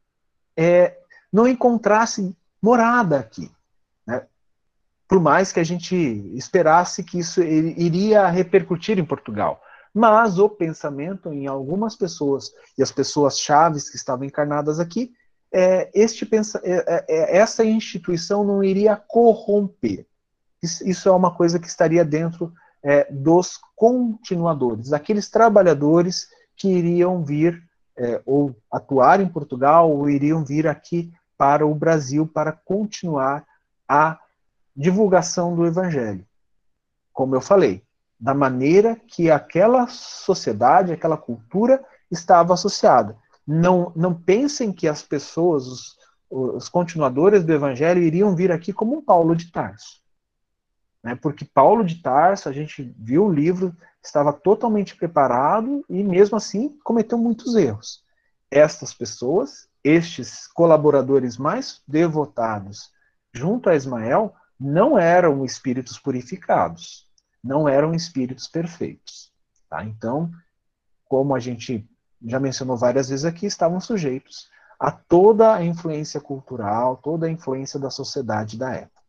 é, não encontrasse morada aqui, né? Por mais que a gente esperasse que isso iria repercutir em Portugal. Mas o pensamento em algumas pessoas, e as pessoas chaves que estavam encarnadas aqui, é, este pensa, é, é, essa instituição não iria corromper. Isso, isso é uma coisa que estaria dentro é, dos continuadores, daqueles trabalhadores que iriam vir é, ou atuar em Portugal, ou iriam vir aqui para o Brasil para continuar a divulgação do Evangelho. Como eu falei, da maneira que aquela sociedade, aquela cultura estava associada. Não, não pensem que as pessoas, os, os continuadores do Evangelho, iriam vir aqui como um Paulo de Tarso. Né? Porque Paulo de Tarso, a gente viu o livro, estava totalmente preparado e, mesmo assim, cometeu muitos erros. Estas pessoas, estes colaboradores mais devotados junto a Ismael, não eram espíritos purificados, não eram espíritos perfeitos. Tá? Então, como a gente já mencionou várias vezes aqui, estavam sujeitos a toda a influência cultural, toda a influência da sociedade da época.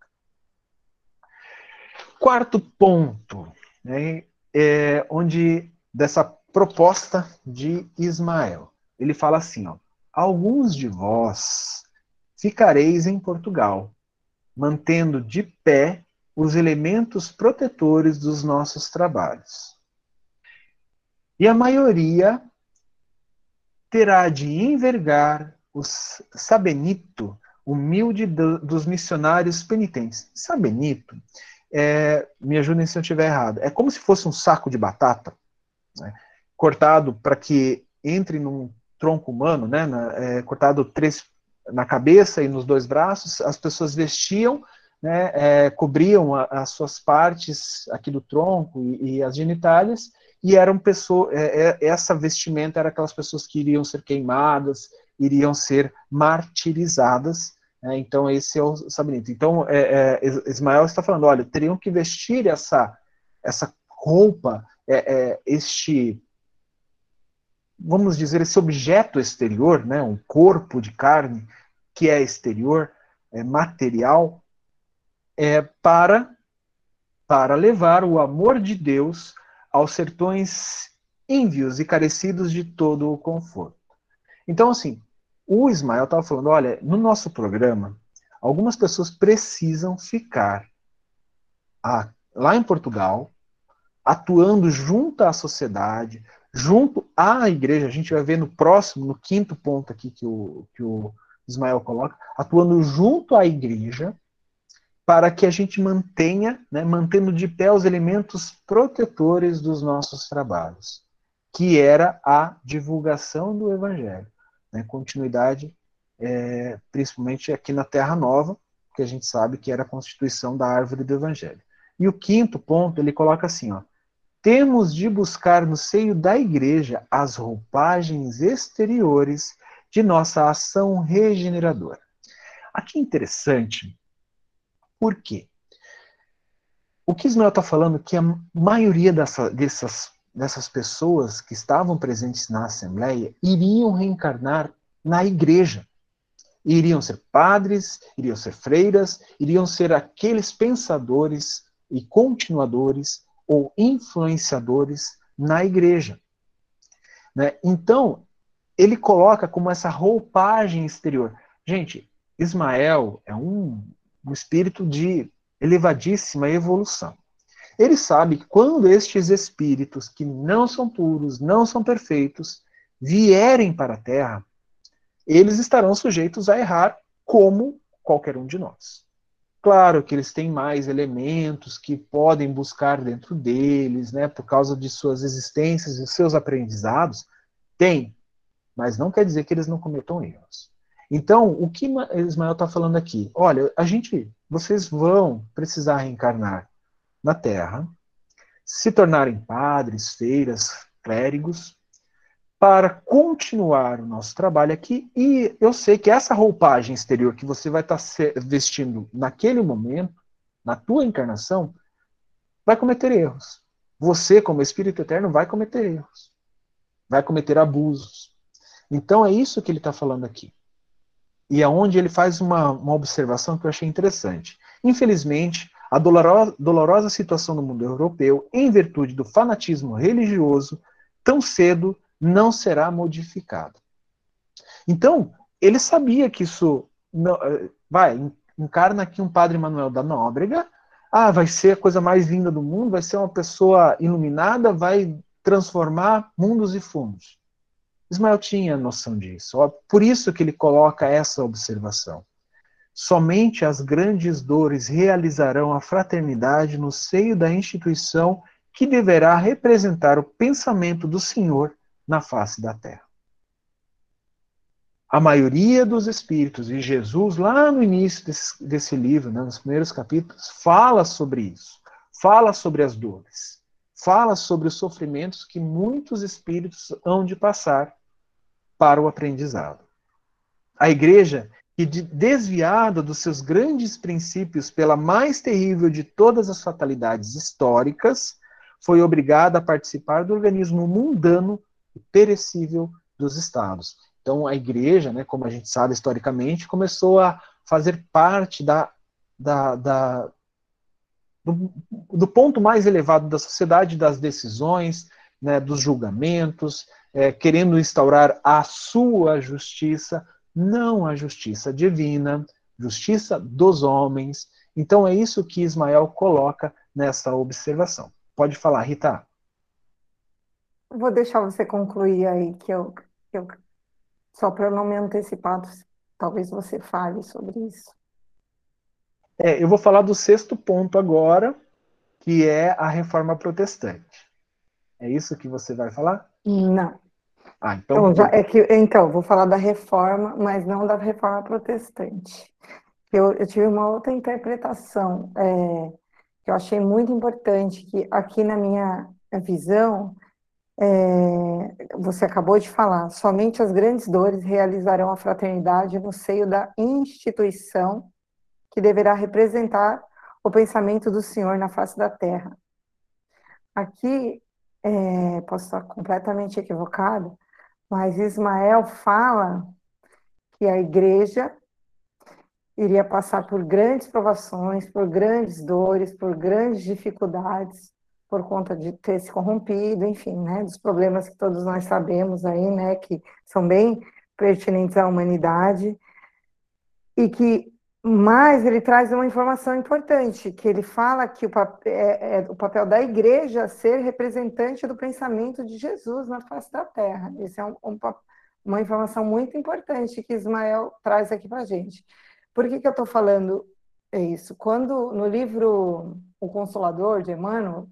Quarto ponto, né, é onde dessa proposta de Ismael. Ele fala assim, ó, alguns de vós ficareis em Portugal, mantendo de pé os elementos protetores dos nossos trabalhos. E a maioria terá de envergar o sabenito humilde do, dos missionários penitentes. Sabenito, é, me ajudem se eu estiver errado, é como se fosse um saco de batata, né, cortado para que entre num tronco humano, né, na, é, cortado três na cabeça e nos dois braços, as pessoas vestiam, né, é, cobriam a, as suas partes aqui do tronco e, e as genitálias, e eram pessoas, é, é, essa vestimenta era aquelas pessoas que iriam ser queimadas, iriam ser martirizadas, né, então esse é o sabenito. Então é, é, Ismael está falando, olha, teriam que vestir essa, essa roupa, é, é, este, vamos dizer, esse objeto exterior, né, um corpo de carne que é exterior, é material, é para, para levar o amor de Deus aos sertões ínvios e carecidos de todo o conforto. Então, assim, o Ismael estava falando, olha, no nosso programa, algumas pessoas precisam ficar a, lá em Portugal, atuando junto à sociedade, junto à igreja, a gente vai ver no próximo, no quinto ponto aqui que o, que o Ismael coloca, atuando junto à igreja, para que a gente mantenha, né, mantendo de pé os elementos protetores dos nossos trabalhos, que era a divulgação do Evangelho, né, continuidade, é, principalmente aqui na Terra Nova, que a gente sabe que era a constituição da árvore do Evangelho. E o quinto ponto, ele coloca assim, ó, temos de buscar no seio da igreja as roupagens exteriores de nossa ação regeneradora. Aqui é interessante, por quê? O que Ismael está falando é que a maioria dessa, dessas, dessas pessoas que estavam presentes na Assembleia iriam reencarnar na igreja. Iriam ser padres, iriam ser freiras, iriam ser aqueles pensadores e continuadores ou influenciadores na igreja. Né? Então, ele coloca como essa roupagem exterior. Gente, Ismael é um, um espírito de elevadíssima evolução. Ele sabe que quando estes espíritos, que não são puros, não são perfeitos, vierem para a Terra, eles estarão sujeitos a errar como qualquer um de nós. Claro que eles têm mais elementos que podem buscar dentro deles, né, por causa de suas existências e seus aprendizados. Tem, mas não quer dizer que eles não cometam erros. Então, o que Ismael está falando aqui? Olha, a gente, vocês vão precisar reencarnar na Terra, se tornarem padres, freiras, clérigos, para continuar o nosso trabalho aqui, e eu sei que essa roupagem exterior que você vai estar vestindo naquele momento, na tua encarnação, vai cometer erros. Você, como Espírito Eterno, vai cometer erros. Vai cometer abusos. Então é isso que ele está falando aqui. E é onde ele faz uma, uma observação que eu achei interessante. Infelizmente, a dolorosa, dolorosa situação no mundo europeu, em virtude do fanatismo religioso, tão cedo não será modificado. Então, ele sabia que isso não, vai, encarna aqui um padre Manuel da Nóbrega, ah, vai ser a coisa mais linda do mundo, vai ser uma pessoa iluminada, vai transformar mundos e fundos. Ismael tinha noção disso, por isso que ele coloca essa observação. Somente as grandes dores realizarão a fraternidade no seio da instituição que deverá representar o pensamento do Senhor na face da terra. A maioria dos espíritos, e Jesus, lá no início desse, desse livro, né, nos primeiros capítulos, fala sobre isso. Fala sobre as dores. Fala sobre os sofrimentos que muitos espíritos hão de passar para o aprendizado. A igreja, que desviada dos seus grandes princípios pela mais terrível de todas as fatalidades históricas, foi obrigada a participar do organismo mundano e perecível dos estados. Então a igreja, né, como a gente sabe historicamente, começou a fazer parte da, da, da, do, do ponto mais elevado da sociedade, das decisões, né, dos julgamentos, é, querendo instaurar a sua justiça, não a justiça divina, justiça dos homens. Então é isso que Ismael coloca nessa observação. Pode falar, Rita. Vou deixar você concluir aí, que eu, que eu só para eu não me antecipar, talvez você fale sobre isso. É, eu vou falar do sexto ponto agora, que é a reforma protestante. É isso que você vai falar? Não. Ah, então, então, já, é que, então, vou falar da reforma, mas não da reforma protestante. Eu, eu tive uma outra interpretação é, que eu achei muito importante, que aqui na minha visão, é, você acabou de falar, somente as grandes dores realizarão a fraternidade no seio da instituição que deverá representar o pensamento do Senhor na face da terra. Aqui, é, posso estar completamente equivocado, mas Ismael fala que a igreja iria passar por grandes provações, por grandes dores, por grandes dificuldades, por conta de ter se corrompido, enfim, né, dos problemas que todos nós sabemos aí, né, que são bem pertinentes à humanidade, e que Mas ele traz uma informação importante, que ele fala que o, pap é, é o papel da igreja ser representante do pensamento de Jesus na face da terra. Essa é um, um, uma informação muito importante que Ismael traz aqui para a gente. Por que, que eu estou falando isso? Quando no livro O Consolador, de Emmanuel,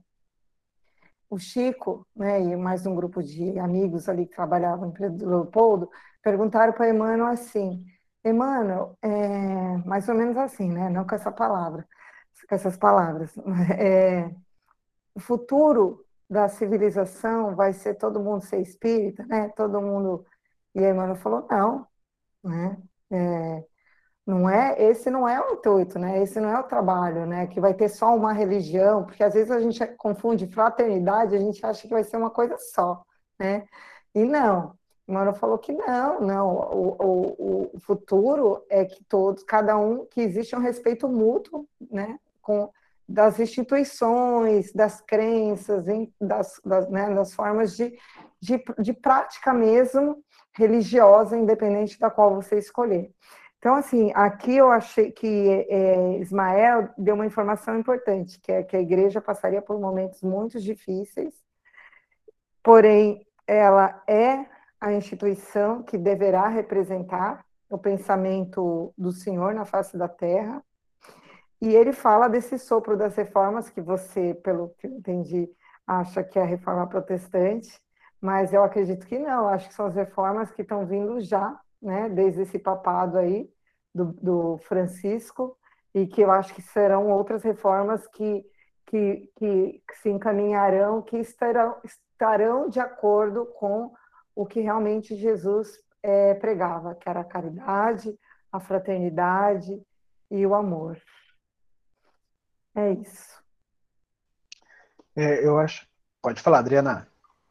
o Chico, né, e mais um grupo de amigos ali que trabalhavam em Pedro Leopoldo, perguntaram para Emmanuel assim, Emmanuel, é, mais ou menos assim, né, não com essa palavra, com essas palavras, é, o futuro da civilização vai ser todo mundo ser espírita, né, todo mundo... E Emmanuel falou, não, né, é, não é, esse não é o intuito, né? Esse não é o trabalho, né? Que vai ter só uma religião, porque às vezes a gente confunde fraternidade, a gente acha que vai ser uma coisa só, né? E não. Emmanuel falou que não, não. O, o, o futuro é que todos, cada um, que existe um respeito mútuo, né? Com, das instituições, das crenças, das, das, né? das formas de, de, de prática mesmo religiosa, independente da qual você escolher. Então, assim, aqui eu achei que é, Ismael deu uma informação importante, que é que a igreja passaria por momentos muito difíceis, porém, ela é a instituição que deverá representar o pensamento do Senhor na face da terra, e ele fala desse sopro das reformas, que você, pelo que eu entendi, acha que é a reforma protestante, mas eu acredito que não, acho que são as reformas que estão vindo já, né, desde esse papado aí, do, do Francisco, e que eu acho que serão outras reformas que, que, que se encaminharão, que estarão, estarão de acordo com o que realmente Jesus é, pregava, que era a caridade, a fraternidade e o amor. É isso. É, eu acho. Pode falar, Adriana.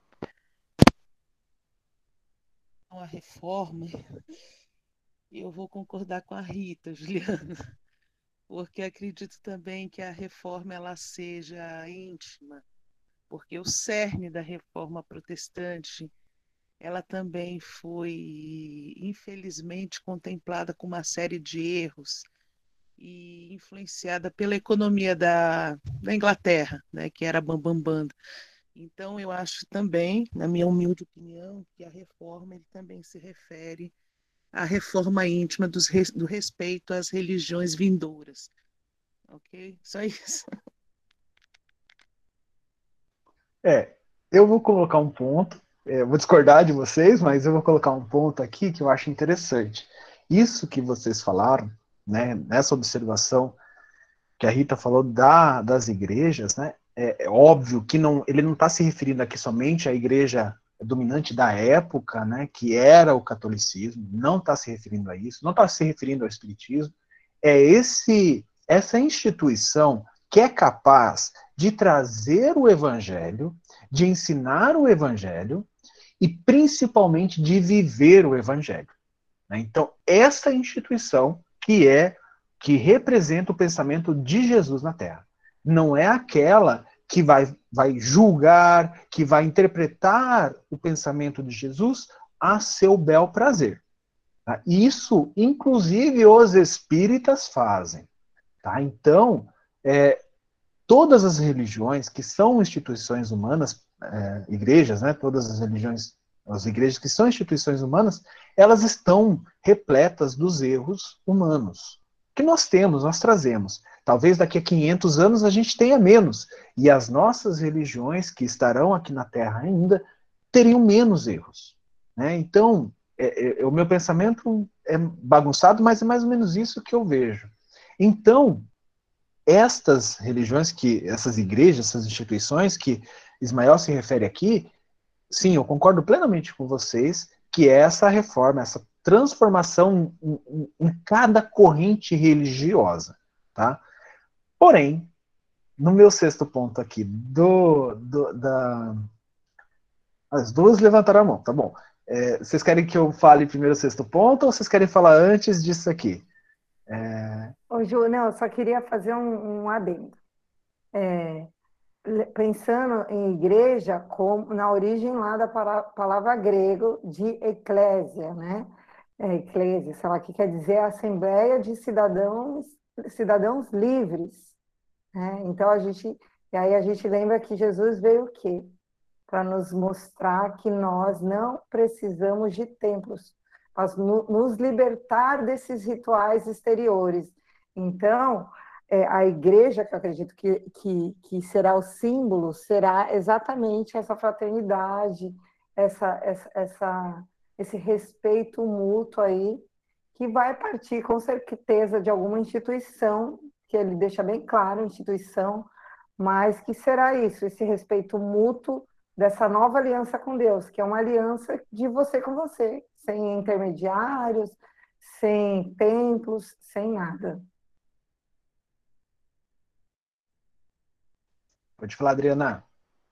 A reforma, eu vou concordar com a Rita, Juliana, porque acredito também que a reforma ela seja íntima, porque o cerne da reforma protestante ela também foi, infelizmente, contemplada com uma série de erros e influenciada pela economia da, da Inglaterra, né, que era bambambam. Então, eu acho também, na minha humilde opinião, que a reforma ele também se refere à reforma íntima dos, do respeito às religiões vindouras. Ok? Só isso. É, eu vou colocar um ponto, é, vou discordar de vocês, mas eu vou colocar um ponto aqui que eu acho interessante. Isso que vocês falaram, né, nessa observação que a Rita falou da, das igrejas, né, é, é óbvio que não, ele não está se referindo aqui somente à igreja dominante da época, né, que era o catolicismo, não está se referindo a isso, não está se referindo ao espiritismo, é esse essa instituição que é capaz de trazer o evangelho, de ensinar o evangelho e principalmente de viver o evangelho. Né? Então, essa instituição que é que representa o pensamento de Jesus na Terra. Não é aquela que vai, vai julgar, que vai interpretar o pensamento de Jesus a seu bel prazer. Tá? Isso, inclusive, os espíritas fazem. Tá? Então, é, todas as religiões que são instituições humanas, é, igrejas, né, todas as religiões, as igrejas que são instituições humanas, elas estão repletas dos erros humanos. Que nós temos, nós trazemos. Talvez daqui a quinhentos anos a gente tenha menos. E as nossas religiões, que estarão aqui na Terra ainda, teriam menos erros. Né? Então, é, é, o meu pensamento é bagunçado, mas é mais ou menos isso que eu vejo. Então, estas religiões, que essas igrejas, essas instituições que Ismael se refere aqui, sim, eu concordo plenamente com vocês que é essa reforma, essa transformação em, em, em cada corrente religiosa, tá? Porém, no meu sexto ponto aqui, do, do da... as duas levantaram a mão, tá bom. É, vocês querem que eu fale primeiro o sexto ponto ou vocês querem falar antes disso aqui? É... Ô, Ju, não, eu só queria fazer um, um adendo. É, pensando em igreja, como na origem lá da palavra grego de eclésia, né? é, eclésia, sei lá, que quer dizer Assembleia de Cidadãos, Cidadãos Livres, né? Então, a gente, e aí a gente lembra que Jesus veio o quê? Para nos mostrar que nós não precisamos de templos, mas no, nos libertar desses rituais exteriores. Então, é, a igreja, que eu acredito que, que, que será o símbolo, será exatamente essa fraternidade, essa, essa, essa, esse respeito mútuo aí, que vai partir com certeza de alguma instituição, que ele deixa bem claro, instituição, mas que será isso, esse respeito mútuo dessa nova aliança com Deus, que é uma aliança de você com você, sem intermediários, sem templos, sem nada. Pode falar, Adriana.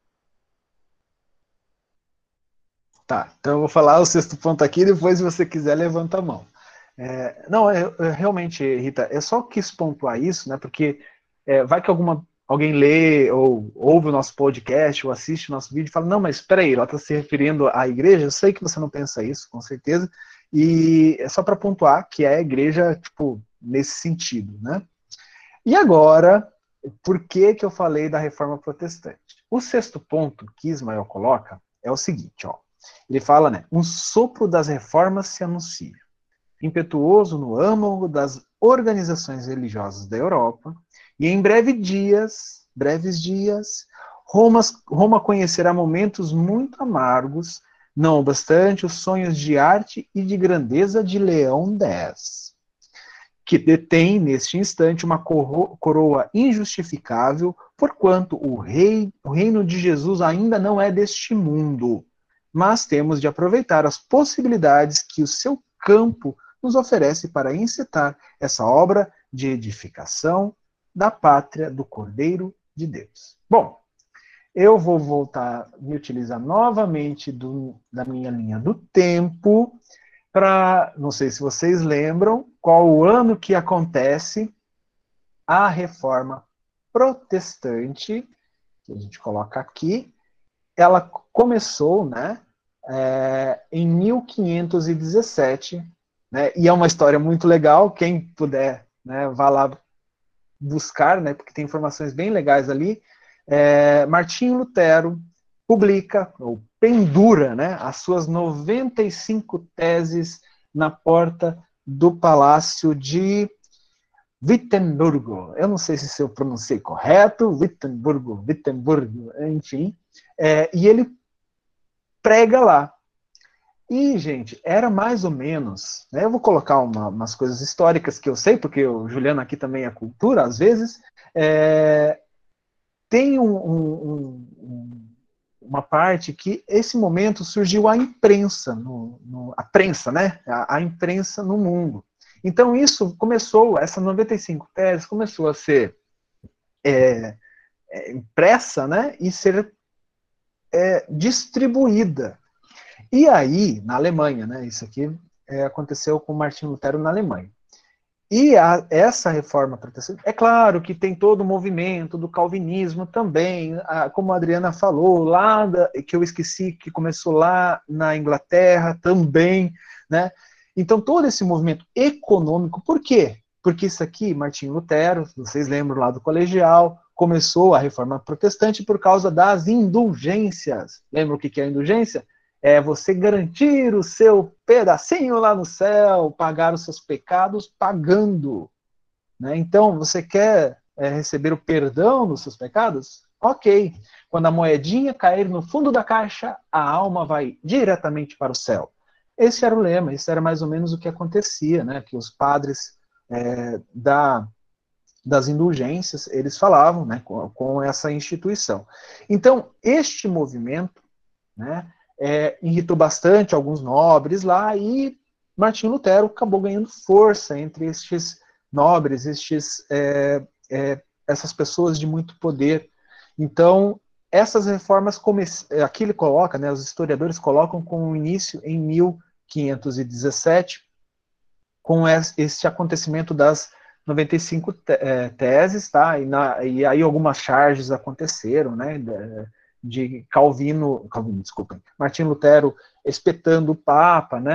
Tá, então eu vou falar o sexto ponto aqui, depois se você quiser levanta a mão. É, não, é, é, realmente, Rita, eu só quis pontuar isso, né, porque é, vai que alguma, alguém lê ou ouve o nosso podcast ou assiste o nosso vídeo e fala, não, mas espera aí, ela está se referindo à igreja, eu sei que você não pensa isso, com certeza, e é só para pontuar que é a igreja, tipo, nesse sentido, né. E agora, por que que eu falei da reforma protestante? O sexto ponto que Ismael coloca é o seguinte, ó, ele fala, né, um sopro das reformas se anuncia, impetuoso no âmago das organizações religiosas da Europa, e em breve dias, breves dias, Roma, Roma conhecerá momentos muito amargos, não obstante os sonhos de arte e de grandeza de Leão X, que detém, neste instante, uma coroa injustificável, porquanto o, rei, o reino de Jesus ainda não é deste mundo, mas temos de aproveitar as possibilidades que o seu campo nos oferece para incitar essa obra de edificação da pátria do Cordeiro de Deus. Bom, eu vou voltar, me utilizar novamente do, da minha linha do tempo, para, não sei se vocês lembram, qual o ano que acontece a reforma protestante, que a gente coloca aqui, ela começou, né, é, em mil quinhentos e dezessete, né, e é uma história muito legal, quem puder, né, vá lá buscar, né, porque tem informações bem legais ali. É, Martinho Lutero publica, ou pendura, né, as suas noventa e cinco teses na porta do Palácio de Wittenburgo. Eu não sei se eu pronunciei correto, Wittenburgo, Wittenburgo, enfim. É, e ele prega lá. E, gente, era mais ou menos, né, eu vou colocar uma, umas coisas históricas que eu sei, porque o Juliano aqui também é cultura, às vezes, é, tem um, um, um, uma parte que esse momento surgiu a imprensa, no, no, a prensa, né, a, a imprensa no mundo. Então isso começou, essa noventa e cinco teses começou a ser é, é, impressa, né, e ser é, distribuída. E aí, na Alemanha, né, isso aqui é, aconteceu com Martinho Lutero na Alemanha. E a, essa reforma protestante, é claro que tem todo o movimento do calvinismo também, a, como a Adriana falou, lá da, que eu esqueci, que começou lá na Inglaterra também, né? Então todo esse movimento econômico, por quê? Porque isso aqui, Martinho Lutero, vocês lembram lá do colegial, começou a reforma protestante por causa das indulgências. Lembra o que é a indulgência? É você garantir o seu pedacinho lá no céu, pagar os seus pecados pagando. Né? Então, você quer é, receber o perdão dos seus pecados? Ok. Quando a moedinha cair no fundo da caixa, a alma vai diretamente para o céu. Esse era o lema, isso era mais ou menos o que acontecia, né? Que os padres é, da, das indulgências, eles falavam, né, com, com essa instituição. Então, este movimento, né, É, irritou bastante alguns nobres lá, e Martinho Lutero acabou ganhando força entre estes nobres, estes, é, é, essas pessoas de muito poder. Então, essas reformas, aqui ele coloca, né, os historiadores colocam com o início em mil quinhentos e dezessete, com este acontecimento das noventa e cinco teses, tá? E, na, e aí algumas charges aconteceram, né, de Calvino, Calvino, desculpem, Martinho Lutero espetando o Papa, né,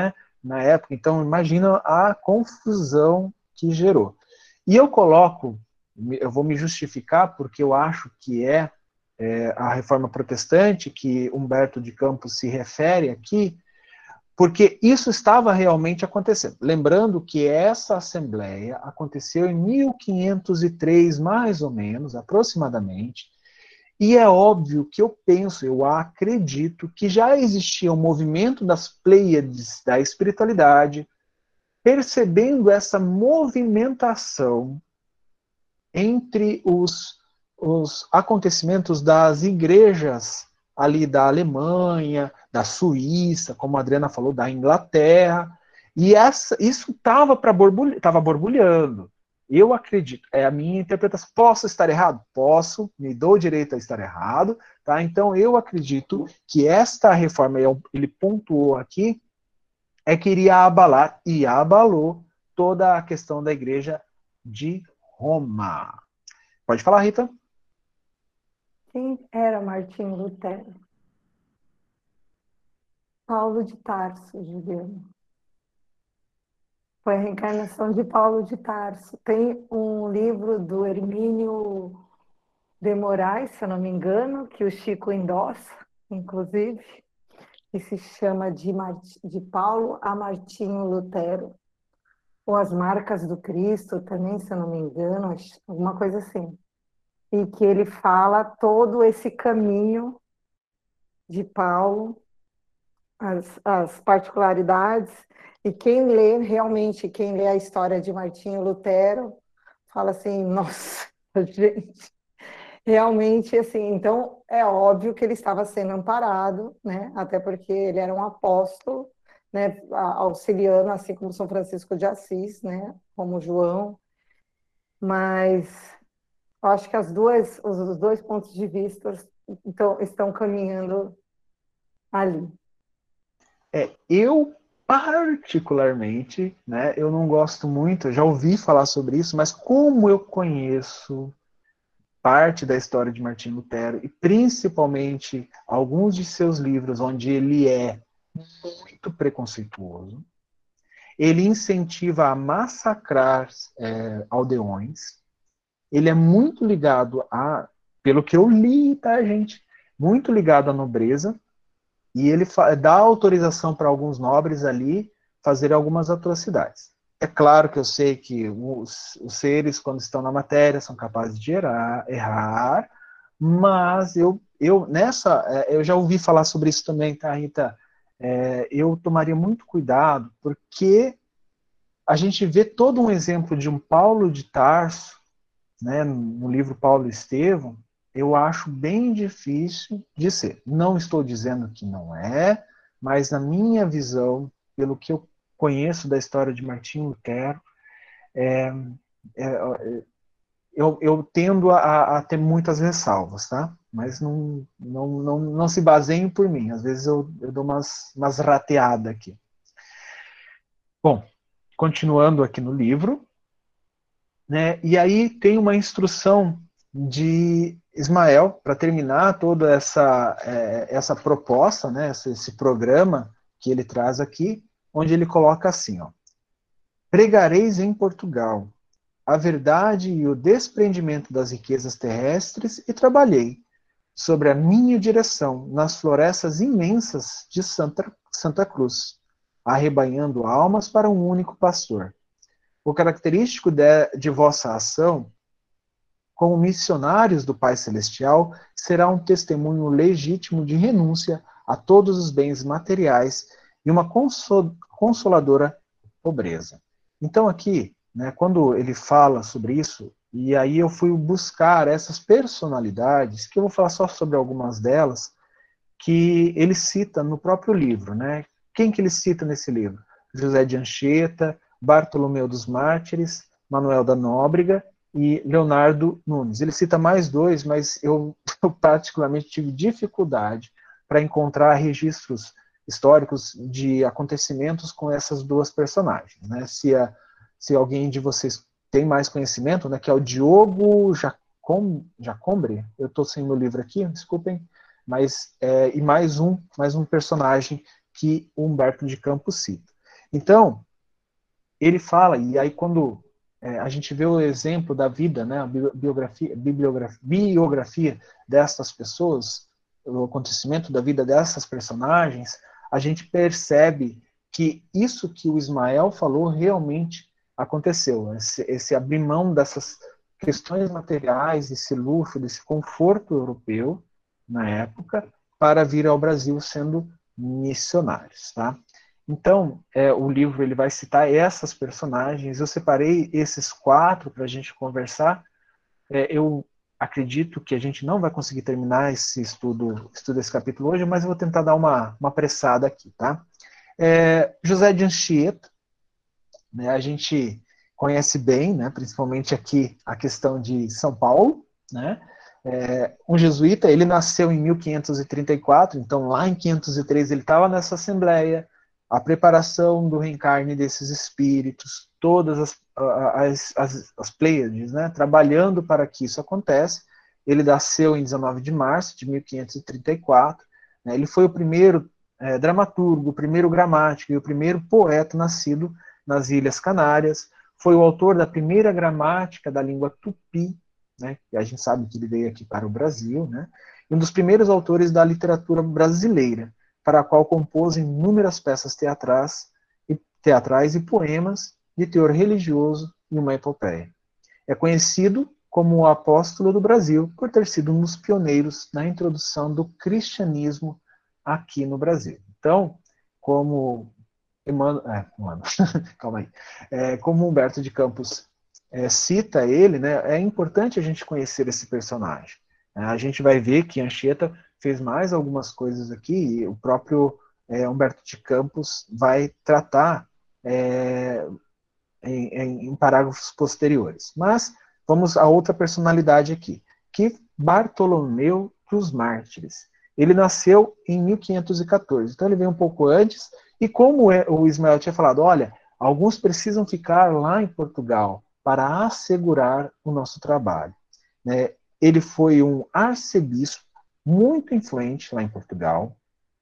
na época, então imagina a confusão que gerou. E eu coloco, eu vou me justificar porque eu acho que é, é a Reforma Protestante que Humberto de Campos se refere aqui, porque isso estava realmente acontecendo. Lembrando que essa assembleia aconteceu em mil quinhentos e três, mais ou menos, aproximadamente, e é óbvio que eu penso, eu acredito que já existia um movimento das Pleiades da espiritualidade, percebendo essa movimentação entre os, os acontecimentos das igrejas ali da Alemanha, da Suíça, como a Adriana falou, da Inglaterra, e essa, isso estava borbulh, borbulhando. Eu acredito, é a minha interpretação. Posso estar errado? Posso, me dou o direito a estar errado, tá? Então eu acredito que esta reforma, ele pontuou aqui, é que iria abalar, e abalou, toda a questão da igreja de Roma. Pode falar, Rita? Quem era Martinho Lutero? Paulo de Tarso, Juliano. Foi a reencarnação de Paulo de Tarso. Tem um livro do Hermínio de Moraes, se eu não me engano, que o Chico endossa, inclusive, que se chama de, Mart... de Paulo a Martinho Lutero, ou As Marcas do Cristo, também, se eu não me engano, alguma coisa assim. E que ele fala todo esse caminho de Paulo, as, as particularidades, e quem lê, realmente, quem lê a história de Martinho Lutero, fala assim, nossa, gente, realmente, assim, então é óbvio que ele estava sendo amparado, né? Até porque ele era um apóstolo, né? Auxiliando, assim como São Francisco de Assis, né? Como João, mas eu acho que as duas, os dois pontos de vista então, estão caminhando ali. É, eu, particularmente, né, eu não gosto muito, eu já ouvi falar sobre isso, mas como eu conheço parte da história de Martinho Lutero, e principalmente alguns de seus livros, onde ele é muito preconceituoso, ele incentiva a massacrar é, aldeões, ele é muito ligado a, pelo que eu li, tá, gente? Muito ligado à nobreza, e ele dá autorização para alguns nobres ali fazerem algumas atrocidades. É claro que eu sei que os, os seres, quando estão na matéria, são capazes de errar, errar mas eu, eu nessa, eu já ouvi falar sobre isso também, tá, Rita? É, eu tomaria muito cuidado, porque a gente vê todo um exemplo de um Paulo de Tarso, né, no livro Paulo e Estevão, eu acho bem difícil de ser. Não estou dizendo que não é, mas na minha visão, pelo que eu conheço da história de Martinho Lutero, é, é, eu, eu tendo a, a ter muitas ressalvas, tá? Mas não, não, não, não se baseiem por mim. Às vezes eu, eu dou umas, umas rateadas aqui. Bom, continuando aqui no livro, né? E aí tem uma instrução de Ismael para terminar toda essa, é, essa proposta, né? esse, esse programa que ele traz aqui, onde ele coloca assim, ó, pregareis em Portugal a verdade e o desprendimento das riquezas terrestres e trabalhei sobre a minha direção nas florestas imensas de Santa, Santa Cruz, arrebanhando almas para um único pastor. O característico de, de vossa ação, como missionários do Pai Celestial, será um testemunho legítimo de renúncia a todos os bens materiais e uma consol, consoladora pobreza. Então aqui, né, quando ele fala sobre isso, e aí eu fui buscar essas personalidades, que eu vou falar só sobre algumas delas, que ele cita no próprio livro, né? Quem que ele cita nesse livro? José de Anchieta, Bartolomeu dos Mártires, Manuel da Nóbrega e Leonardo Nunes. Ele cita mais dois, mas eu, eu particularmente tive dificuldade para encontrar registros históricos de acontecimentos com essas duas personagens, né? Se, a, se alguém de vocês tem mais conhecimento, né, que é o Diogo Jacom, Jacombre, eu estou sem meu livro aqui, desculpem, mas é, e mais um, mais um personagem que Humberto de Campos cita. Então, ele fala, e aí quando é, a gente vê o exemplo da vida, né, a biografia, bibliografia, biografia dessas pessoas, o acontecimento da vida dessas personagens, a gente percebe que isso que o Ismael falou realmente aconteceu. Esse, esse abrir mão dessas questões materiais, desse luxo, desse conforto europeu, na época, para vir ao Brasil sendo missionários, tá? Então, é, o livro ele vai citar essas personagens. Eu separei esses quatro para a gente conversar. É, eu acredito que a gente não vai conseguir terminar esse estudo, estudo esse capítulo hoje, mas eu vou tentar dar uma, uma apressada aqui, tá? É, José de Anchieta, né, a gente conhece bem, né, principalmente aqui a questão de São Paulo, né? É, um jesuíta, ele nasceu em mil quinhentos e trinta e quatro, então lá em quinhentos e três ele estava nessa assembleia, a preparação do reencarne desses espíritos, todas as, as, as, as Pleiades, né, trabalhando para que isso aconteça. Ele nasceu em dezenove de março de mil quinhentos e trinta e quatro, né, ele foi o primeiro é, dramaturgo, o primeiro gramático e o primeiro poeta nascido nas Ilhas Canárias, foi o autor da primeira gramática da língua tupi, né, que a gente sabe que ele veio aqui para o Brasil, né, e um dos primeiros autores da literatura brasileira, para a qual compôs inúmeras peças teatrais e, teatrais e poemas de teor religioso e uma epopeia. É conhecido como o apóstolo do Brasil por ter sido um dos pioneiros na introdução do cristianismo aqui no Brasil. Então, como Emmanuel, é, Emmanuel, calma aí, é, como Humberto de Campos é, cita ele, né, é importante a gente conhecer esse personagem. A gente vai ver que Anchieta fez mais algumas coisas aqui, e o próprio é, Humberto de Campos vai tratar é, em, em, em parágrafos posteriores. Mas vamos a outra personalidade aqui, que Bartolomeu dos Mártires. Ele nasceu em mil quinhentos e quatorze, então ele veio um pouco antes, e como o Ismael tinha falado, olha, alguns precisam ficar lá em Portugal para assegurar o nosso trabalho. Né? Ele foi um arcebispo muito influente lá em Portugal.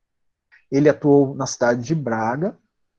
Ele atuou na cidade de Braga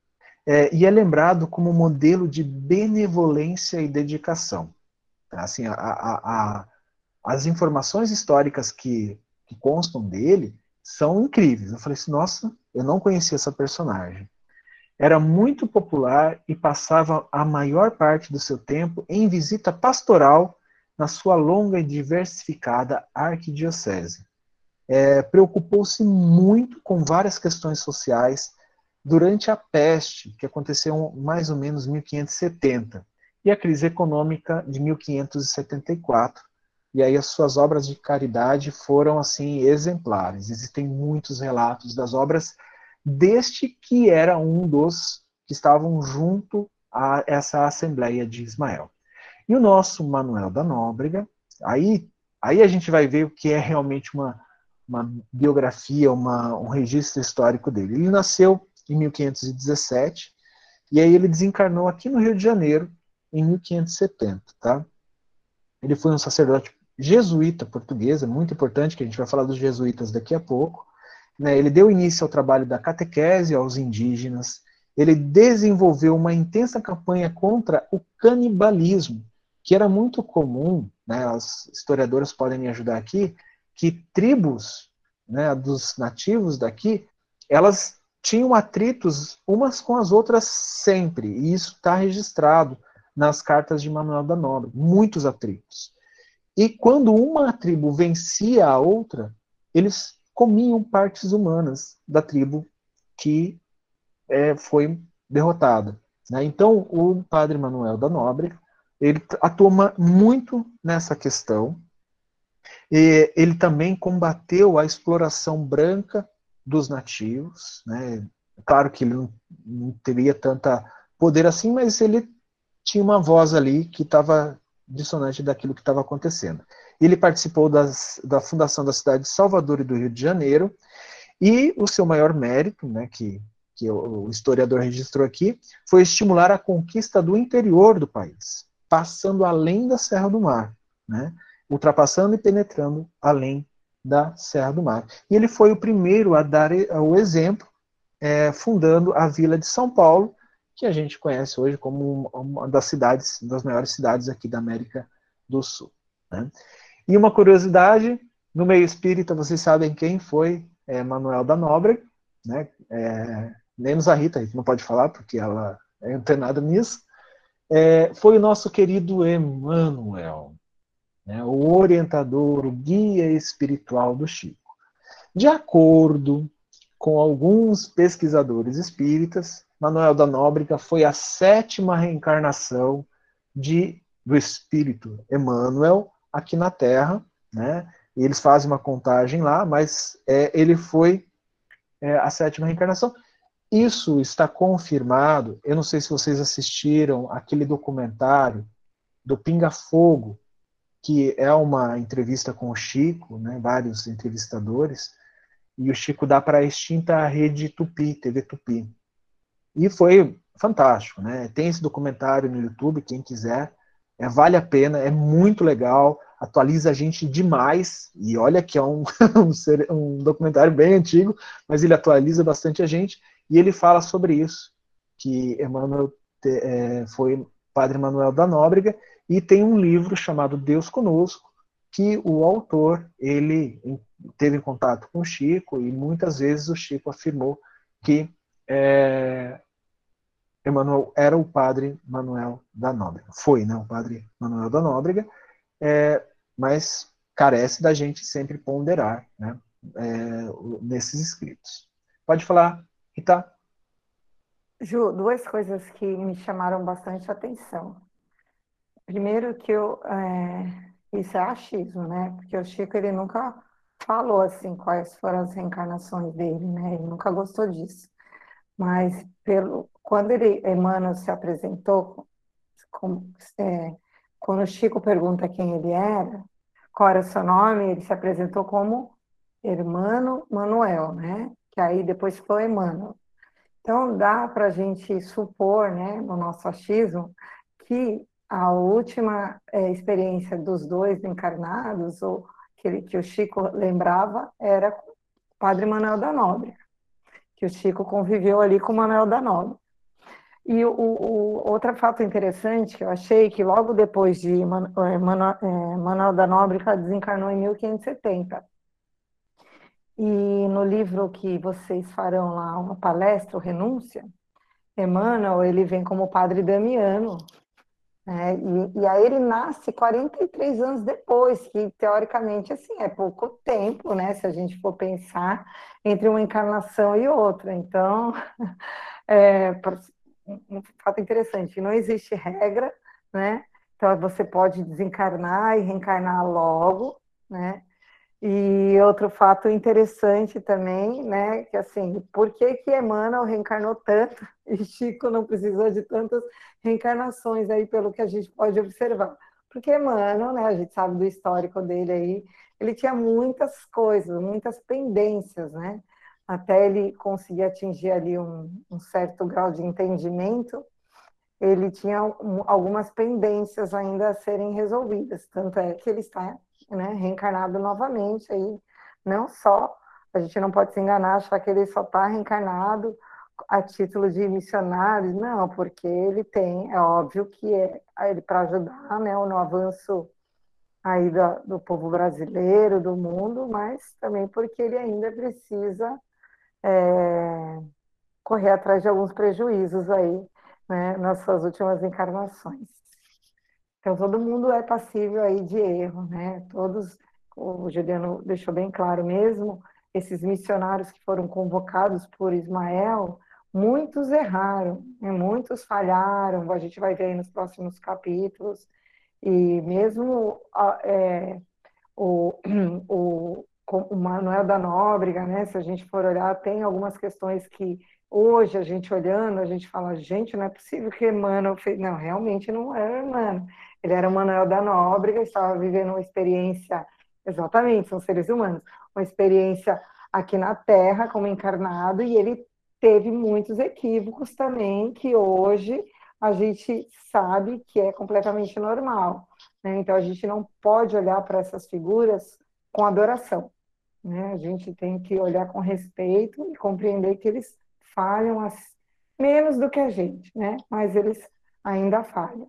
é, e é lembrado como modelo de benevolência e dedicação. Assim, a, a, a, as informações históricas que, que constam dele são incríveis. Eu falei assim, nossa, eu não conhecia essa personagem. Era muito popular e passava a maior parte do seu tempo em visita pastoral na sua longa e diversificada arquidiocese. É, preocupou-se muito com várias questões sociais durante a peste, que aconteceu mais ou menos em mil quinhentos e setenta, e a crise econômica de mil quinhentos e setenta e quatro. E aí as suas obras de caridade foram assim exemplares. Existem muitos relatos das obras deste que era um dos que estavam junto a essa Assembleia de Ismael. E o nosso Manuel da Nóbrega, aí, aí a gente vai ver o que é realmente uma, uma biografia, uma, um registro histórico dele. Ele nasceu em mil quinhentos e dezessete, e aí ele desencarnou aqui no Rio de Janeiro em mil quinhentos e setenta. Tá? Ele foi um sacerdote jesuíta português, é muito importante, que a gente vai falar dos jesuítas daqui a pouco. Né? Ele deu início ao trabalho da catequese aos indígenas, ele desenvolveu uma intensa campanha contra o canibalismo, que era muito comum, né, as historiadoras podem me ajudar aqui, que tribos, né, dos nativos daqui, elas tinham atritos umas com as outras sempre, e isso está registrado nas cartas de Manuel da Nóbrega, muitos atritos. E quando uma tribo vencia a outra, eles comiam partes humanas da tribo que é, foi derrotada. Né? Então, o padre Manuel da Nóbrega, ele atua muito nessa questão. E ele também combateu a exploração branca dos nativos. Né? Claro que ele não, não teria tanta poder assim, mas ele tinha uma voz ali que estava dissonante daquilo que estava acontecendo. Ele participou das, da fundação da cidade de Salvador e do Rio de Janeiro, e o seu maior mérito, né, que, que o historiador registrou aqui, foi estimular a conquista do interior do país, passando além da Serra do Mar, né, ultrapassando e penetrando além da Serra do Mar. E ele foi o primeiro a dar o exemplo, é, fundando a Vila de São Paulo, que a gente conhece hoje como uma das cidades, das maiores cidades aqui da América do Sul. Né? E uma curiosidade, no meio espírita, vocês sabem quem foi é, Manuel da Nóbrega, né? É, menos a Rita, a Rita não pode falar porque ela é antenada nisso, é, foi o nosso querido Emmanuel, né? O orientador, o guia espiritual do Chico. De acordo com alguns pesquisadores espíritas, Manuel da Nóbrega foi a sétima reencarnação de, do espírito Emmanuel aqui na Terra, né? E eles fazem uma contagem lá, mas é, ele foi é, a sétima reencarnação. Isso está confirmado. Eu não sei se vocês assistiram aquele documentário do Pinga Fogo, que é uma entrevista com o Chico, né, vários entrevistadores, e o Chico dá para a extinta rede Tupi, T V Tupi. E foi fantástico, né? Tem esse documentário no YouTube, quem quiser, é, vale a pena, é muito legal, atualiza a gente demais, e olha que é um, um documentário bem antigo, mas ele atualiza bastante a gente, e ele fala sobre isso, que Emmanuel é, foi Padre Manuel da Nóbrega, e tem um livro chamado Deus Conosco, que o autor, ele teve contato com o Chico, e muitas vezes o Chico afirmou que é, Emmanuel era o Padre Manuel da Nóbrega. Foi, né, o Padre Manuel da Nóbrega, é, mas carece da gente sempre ponderar, né, é, nesses escritos. Pode falar, Rita? Ju, duas coisas que me chamaram bastante atenção. Primeiro que eu, é, isso é achismo, né? Porque o Chico, ele nunca falou, assim, quais foram as reencarnações dele, né? Ele nunca gostou disso. Mas, pelo, quando ele, Emmanuel se apresentou, como, é, quando o Chico pergunta quem ele era, qual era o seu nome, ele se apresentou como Hermano Manuel, né? Que aí depois ficou Emmanuel. Então, dá para a gente supor, né, no nosso achismo, que a última é, experiência dos dois encarnados, ou que, ele, que o Chico lembrava, era com o Padre Manuel da Nóbrega, que o Chico conviveu ali com o Manuel da Nóbrega. E o, o outro fato interessante que eu achei, que logo depois de Manu, Manu, é, Manuel da Nóbrega desencarnou em mil quinhentos e setenta. E no livro que vocês farão lá, uma palestra, o Renúncia, Emmanuel, ele vem como Padre Damiano, né? E, e aí ele nasce quarenta e três anos depois, que teoricamente, assim, é pouco tempo, né? Se a gente for pensar entre uma encarnação e outra. Então, é um fato interessante, não existe regra, né? Então, você pode desencarnar e reencarnar logo, né? E outro fato interessante também, né, que assim, por que que Emmanuel reencarnou tanto e Chico não precisou de tantas reencarnações aí, pelo que a gente pode observar? Porque Emmanuel, né, a gente sabe do histórico dele aí, ele tinha muitas coisas, muitas pendências, né, até ele conseguir atingir ali um, um certo grau de entendimento, ele tinha algumas pendências ainda a serem resolvidas, tanto é que ele está, né, reencarnado novamente aí, não só, a gente não pode se enganar, achar que ele só está reencarnado a título de missionário, não, porque ele tem, é óbvio que é ele para ajudar, né, no avanço aí do, do povo brasileiro, do mundo, mas também porque ele ainda precisa é, correr atrás de alguns prejuízos aí, né, nas suas últimas encarnações. Então, todo mundo é passível aí de erro, né? Todos, o Juliano deixou bem claro mesmo, esses missionários que foram convocados por Ismael, muitos erraram, né? Muitos falharam, a gente vai ver aí nos próximos capítulos, e mesmo é, o, o, o Manuel da Nóbrega, né? Se a gente for olhar, tem algumas questões que hoje, a gente olhando, a gente fala, gente, não é possível que Emmanuel fez. Não, realmente não era Emmanuel. Ele era o Manuel da Nóbrega, estava vivendo uma experiência, exatamente, são seres humanos, uma experiência aqui na Terra como encarnado, e ele teve muitos equívocos também, que hoje a gente sabe que é completamente normal, né? Então, a gente não pode olhar para essas figuras com adoração, né? A gente tem que olhar com respeito e compreender que eles falham menos do que a gente, né? Mas eles ainda falham.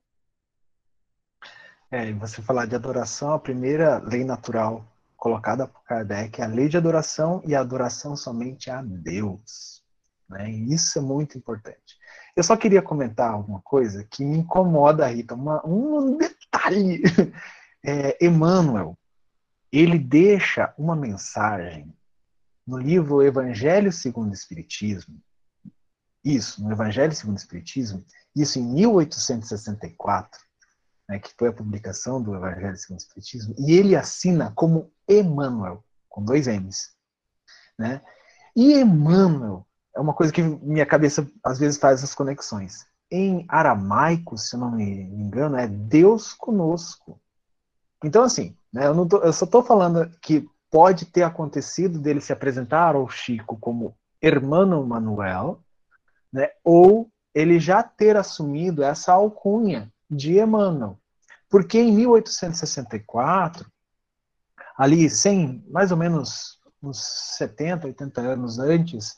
É, e você falar de adoração, a primeira lei natural colocada por Kardec é a lei de adoração e a adoração somente a Deus. Né? E isso é muito importante. Eu só queria comentar alguma coisa que me incomoda, Rita, uma, um detalhe. É, Emmanuel, ele deixa uma mensagem no livro Evangelho segundo o Espiritismo, isso, no Evangelho segundo o Espiritismo, isso em mil oitocentos e sessenta e quatro, né, que foi a publicação do Evangelho segundo o Espiritismo, e ele assina como Emmanuel, com dois M's. Né? E Emmanuel é uma coisa que minha cabeça às vezes faz essas conexões. Em aramaico, se eu não me engano, é Deus conosco. Então, assim, né, eu, não tô, eu só estou falando que pode ter acontecido dele se apresentar ao Chico como Hermano Manuel, né, ou ele já ter assumido essa alcunha de Emmanuel. Porque em mil oitocentos e sessenta e quatro, ali, cem, mais ou menos uns setenta, oitenta anos antes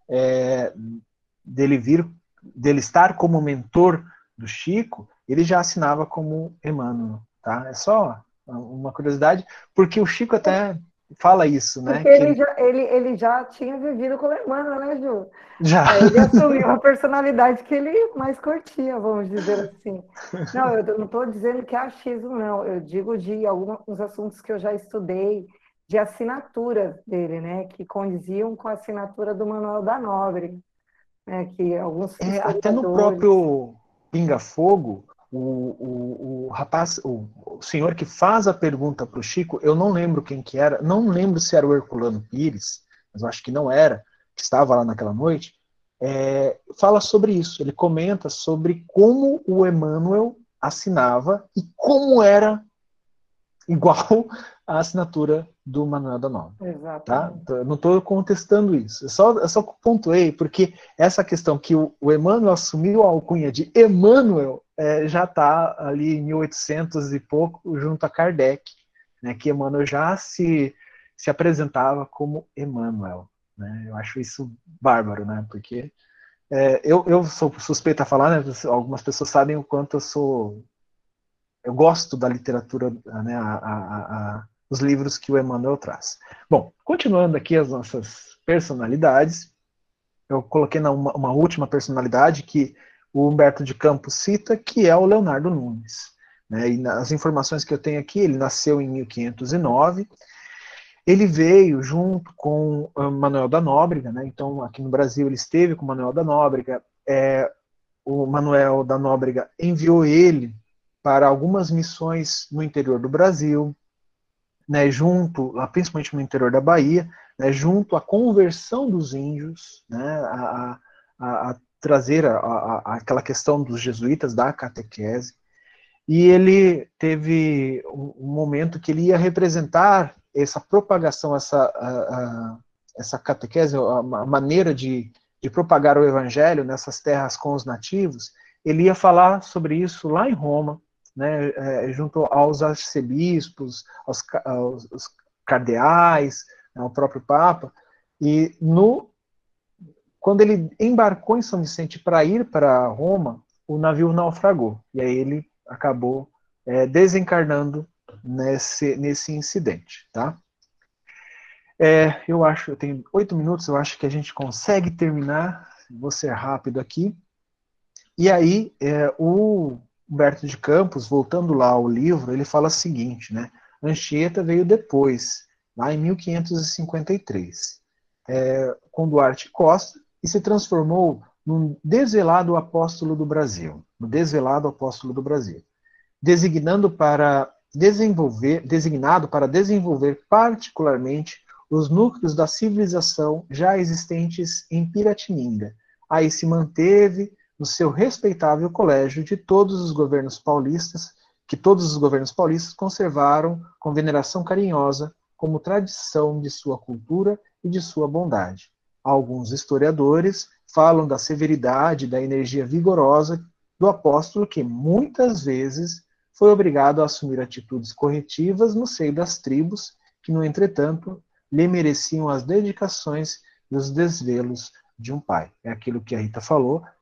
é, dele vir, dele estar como mentor do Chico, ele já assinava como Emmanuel. Tá? É só uma curiosidade, porque o Chico até fala isso, né? Porque Que ele ele já, ele, ele já tinha vivido com o Emmanuel, né, Ju? já. Aí ele assumiu a personalidade que ele mais curtia, vamos dizer assim. Não, eu não estou dizendo que é achismo, não. Eu digo de alguns assuntos que eu já estudei, de assinaturas dele, né? Que condiziam com a assinatura do Manuel da Nóbrega, né? Que alguns É, até no historiadores... próprio Pinga Fogo, o, o, o rapaz, o, o senhor que faz a pergunta para o Chico, eu não lembro quem que era, não lembro se era o Herculano Pires, mas eu acho que não era, que estava lá naquela noite, é, fala sobre isso. Ele comenta sobre como o Emmanuel assinava e como era igual à assinatura do Manuel da Nóbrega. Tá? Exatamente. Eu não estou contestando isso, eu só, eu só pontuei, porque essa questão que o, o Emmanuel assumiu a alcunha de Emmanuel é, já está ali em mil e oitocentos e pouco, junto a Kardec, né, que Emmanuel já se, se apresentava como Emmanuel. Né? Eu acho isso bárbaro, né? Porque é, eu, eu sou suspeito a falar, né? Algumas pessoas sabem o quanto eu sou. Eu gosto da literatura, né? a, a, a os livros que o Emmanuel traz. Bom, continuando aqui as nossas personalidades, eu coloquei na uma, uma última personalidade que o Humberto de Campos cita, que é o Leonardo Nunes. Né? E nas informações que eu tenho aqui, ele nasceu em mil quinhentos e nove, ele veio junto com o Manuel da Nóbrega, né? Então aqui no Brasil ele esteve com o Manuel da Nóbrega, é, o Manuel da Nóbrega enviou ele para algumas missões no interior do Brasil, né, junto, principalmente no interior da Bahia, né, junto à conversão dos índios, né, a, a, a trazer a, a, aquela questão dos jesuítas da catequese, e ele teve um, um momento que ele ia representar essa propagação, essa, a, essa catequese, a maneira de, de propagar o evangelho nessas terras com os nativos. Ele ia falar sobre isso lá em Roma, né, é, junto aos arcebispos, aos, aos, aos cardeais, né, ao próprio Papa, e no, quando ele embarcou em São Vicente para ir para Roma, o navio naufragou, e aí ele acabou é, desencarnando nesse, nesse incidente. Tá? É, eu acho, eu tenho oito minutos, eu acho que a gente consegue terminar, vou ser rápido aqui. E aí, é, o Humberto de Campos, voltando lá ao livro, ele fala o seguinte, né? Anchieta veio depois, lá em mil quinhentos e cinquenta e três, é, com Duarte Costa, e se transformou num desvelado apóstolo do Brasil, no desvelado apóstolo do Brasil, designando para desenvolver, designado para desenvolver particularmente os núcleos da civilização já existentes em Piratininga. Aí se manteve no seu respeitável colégio de todos os governos paulistas, que todos os governos paulistas conservaram com veneração carinhosa como tradição de sua cultura e de sua bondade. Alguns historiadores falam da severidade, da energia vigorosa do apóstolo que muitas vezes foi obrigado a assumir atitudes corretivas no seio das tribos, que, no entretanto, lhe mereciam as dedicações e os desvelos de um pai. É aquilo que a Rita falou,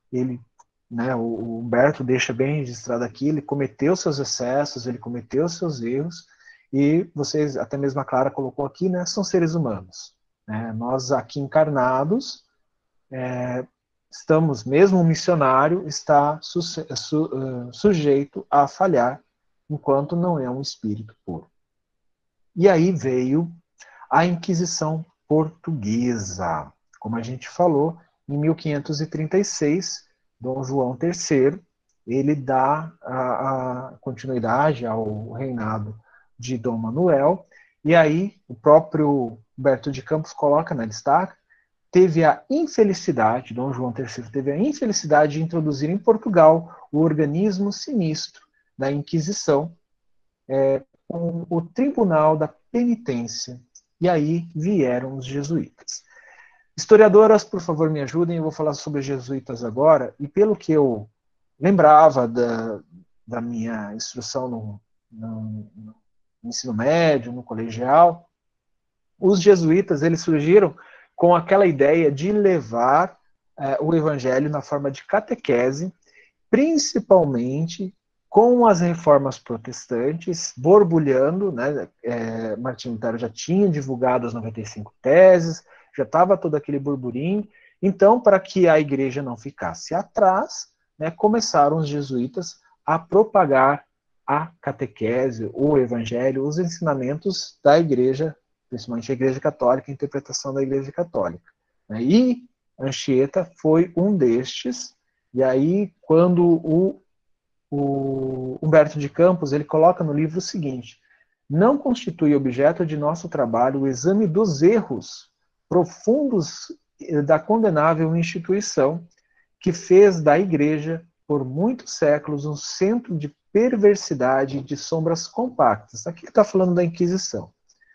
ele, né, o, o Humberto deixa bem registrado aqui, ele cometeu seus excessos, ele cometeu seus erros, e vocês, até mesmo a Clara colocou aqui, né, são seres humanos. Né? Nós aqui encarnados, é, estamos, mesmo um missionário está su, su, uh, sujeito a falhar, enquanto não é um espírito puro. E aí veio a Inquisição Portuguesa. Como a gente falou, em mil quinhentos e trinta e seis, Dom João terceiro, ele dá a, a continuidade ao reinado de Dom Manuel, e aí o próprio Humberto de Campos coloca na destaque, teve a infelicidade, Dom João terceiro teve a infelicidade de introduzir em Portugal o organismo sinistro da Inquisição, é, com o Tribunal da Penitência, e aí vieram os jesuítas. Historiadoras, por favor, me ajudem, eu vou falar sobre os jesuítas agora, e pelo que eu lembrava da, da minha instrução no, no, no ensino médio, no colegial, os jesuítas, eles surgiram com aquela ideia de levar eh, o evangelho na forma de catequese, principalmente com as reformas protestantes borbulhando, né? É, Martinho Lutero já tinha divulgado as noventa e cinco teses, já estava todo aquele burburinho. Então, para que a igreja não ficasse atrás, né, começaram os jesuítas a propagar a catequese, o evangelho, os ensinamentos da igreja, principalmente a igreja católica, a interpretação da igreja católica. Né? E Anchieta foi um destes, e aí quando o O Humberto de Campos, ele coloca no livro o seguinte: não constitui objeto de nosso trabalho o exame dos erros profundos da condenável instituição que fez da Igreja, por muitos séculos, um centro de perversidade e de sombras compactas. Aqui ele está falando da Inquisição.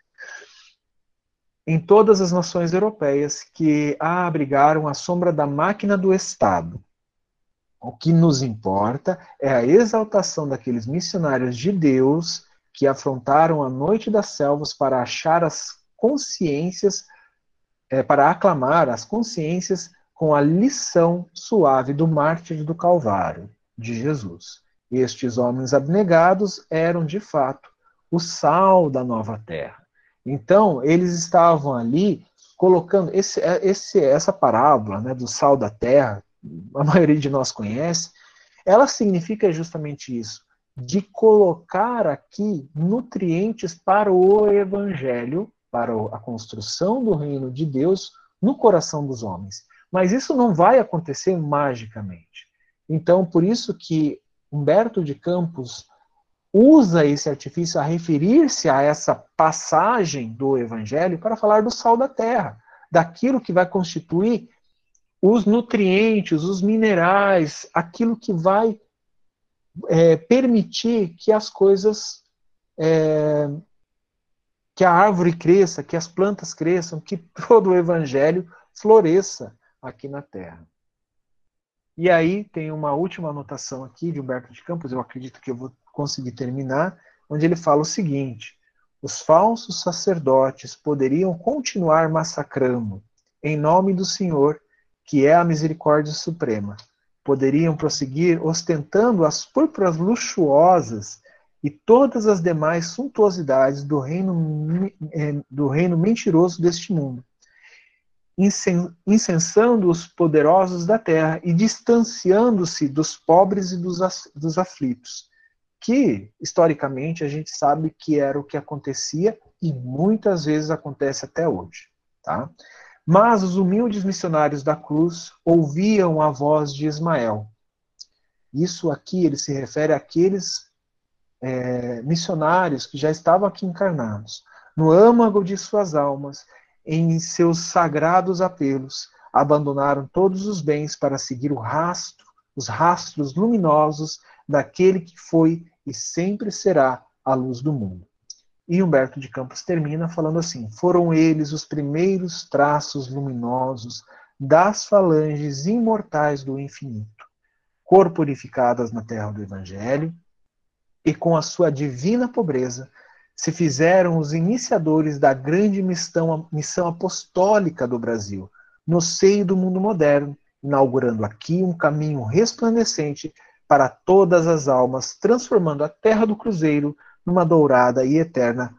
Em todas as nações europeias que a abrigaram à sombra da máquina do Estado. O que nos importa é a exaltação daqueles missionários de Deus que afrontaram a noite das selvas para achar as consciências, é, para aclamar as consciências com a lição suave do mártir do Calvário, de Jesus. Estes homens abnegados eram, de fato, o sal da nova terra. Então, eles estavam ali colocando esse, esse, essa parábola, né, do sal da terra, a maioria de nós conhece, ela significa justamente isso, de colocar aqui nutrientes para o evangelho, para a construção do reino de Deus no coração dos homens. Mas isso não vai acontecer magicamente. Então, por isso que Humberto de Campos usa esse artifício a referir-se a essa passagem do evangelho para falar do sal da terra, daquilo que vai constituir os nutrientes, os minerais, aquilo que vai é, permitir que as coisas, é, que a árvore cresça, que as plantas cresçam, que todo o evangelho floresça aqui na Terra. E aí tem uma última anotação aqui de Humberto de Campos, eu acredito que eu vou conseguir terminar, onde ele fala o seguinte: os falsos sacerdotes poderiam continuar massacrando, em nome do Senhor, que é a misericórdia suprema. Poderiam prosseguir ostentando as púrpuras luxuosas e todas as demais suntuosidades do reino, do reino mentiroso deste mundo, incensando os poderosos da terra e distanciando-se dos pobres e dos, dos aflitos, que, historicamente, a gente sabe que era o que acontecia e muitas vezes acontece até hoje. Tá? Mas os humildes missionários da cruz ouviam a voz de Ismael. Isso aqui, ele se refere àqueles é, missionários que já estavam aqui encarnados. No âmago de suas almas, em seus sagrados apelos, abandonaram todos os bens para seguir o rastro, os rastros luminosos daquele que foi e sempre será a luz do mundo. E Humberto de Campos termina falando assim: foram eles os primeiros traços luminosos das falanges imortais do infinito, corporificadas na terra do Evangelho, e com a sua divina pobreza se fizeram os iniciadores da grande missão, missão apostólica do Brasil, no seio do mundo moderno, inaugurando aqui um caminho resplandecente para todas as almas, transformando a terra do Cruzeiro numa dourada e eterna